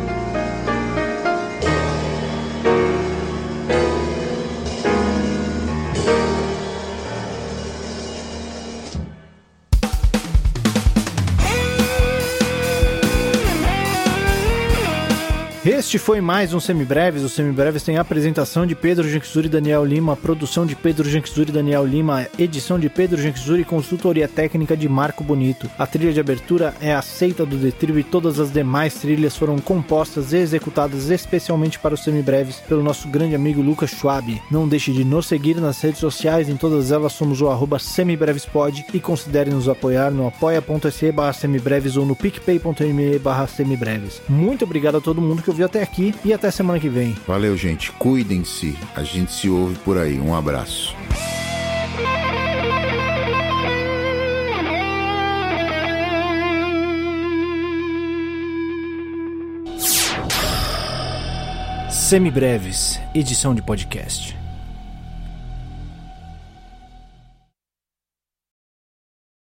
Speaker 1: Este foi mais um Semibreves. O Semibreves tem a apresentação de Pedro Genczur e Daniel Lima, produção de Pedro Genczur e Daniel Lima, edição de Pedro Genczur e consultoria técnica de Marco Bonito. A trilha de abertura é a Seita do The Trio e todas as demais trilhas foram compostas e executadas especialmente para os Semibreves pelo nosso grande amigo Lucas Schwab. Não deixe de nos seguir nas redes sociais, em todas elas somos o arroba semibrevespod e considere nos apoiar no apoia.se barra semibreves ou no picpay.me barra semibreves. Muito obrigado a todo mundo que ouviu até aqui e até semana que vem.
Speaker 2: Valeu, gente. Cuidem-se. A gente se ouve por aí. Um abraço.
Speaker 1: Semibreves, edição de podcast.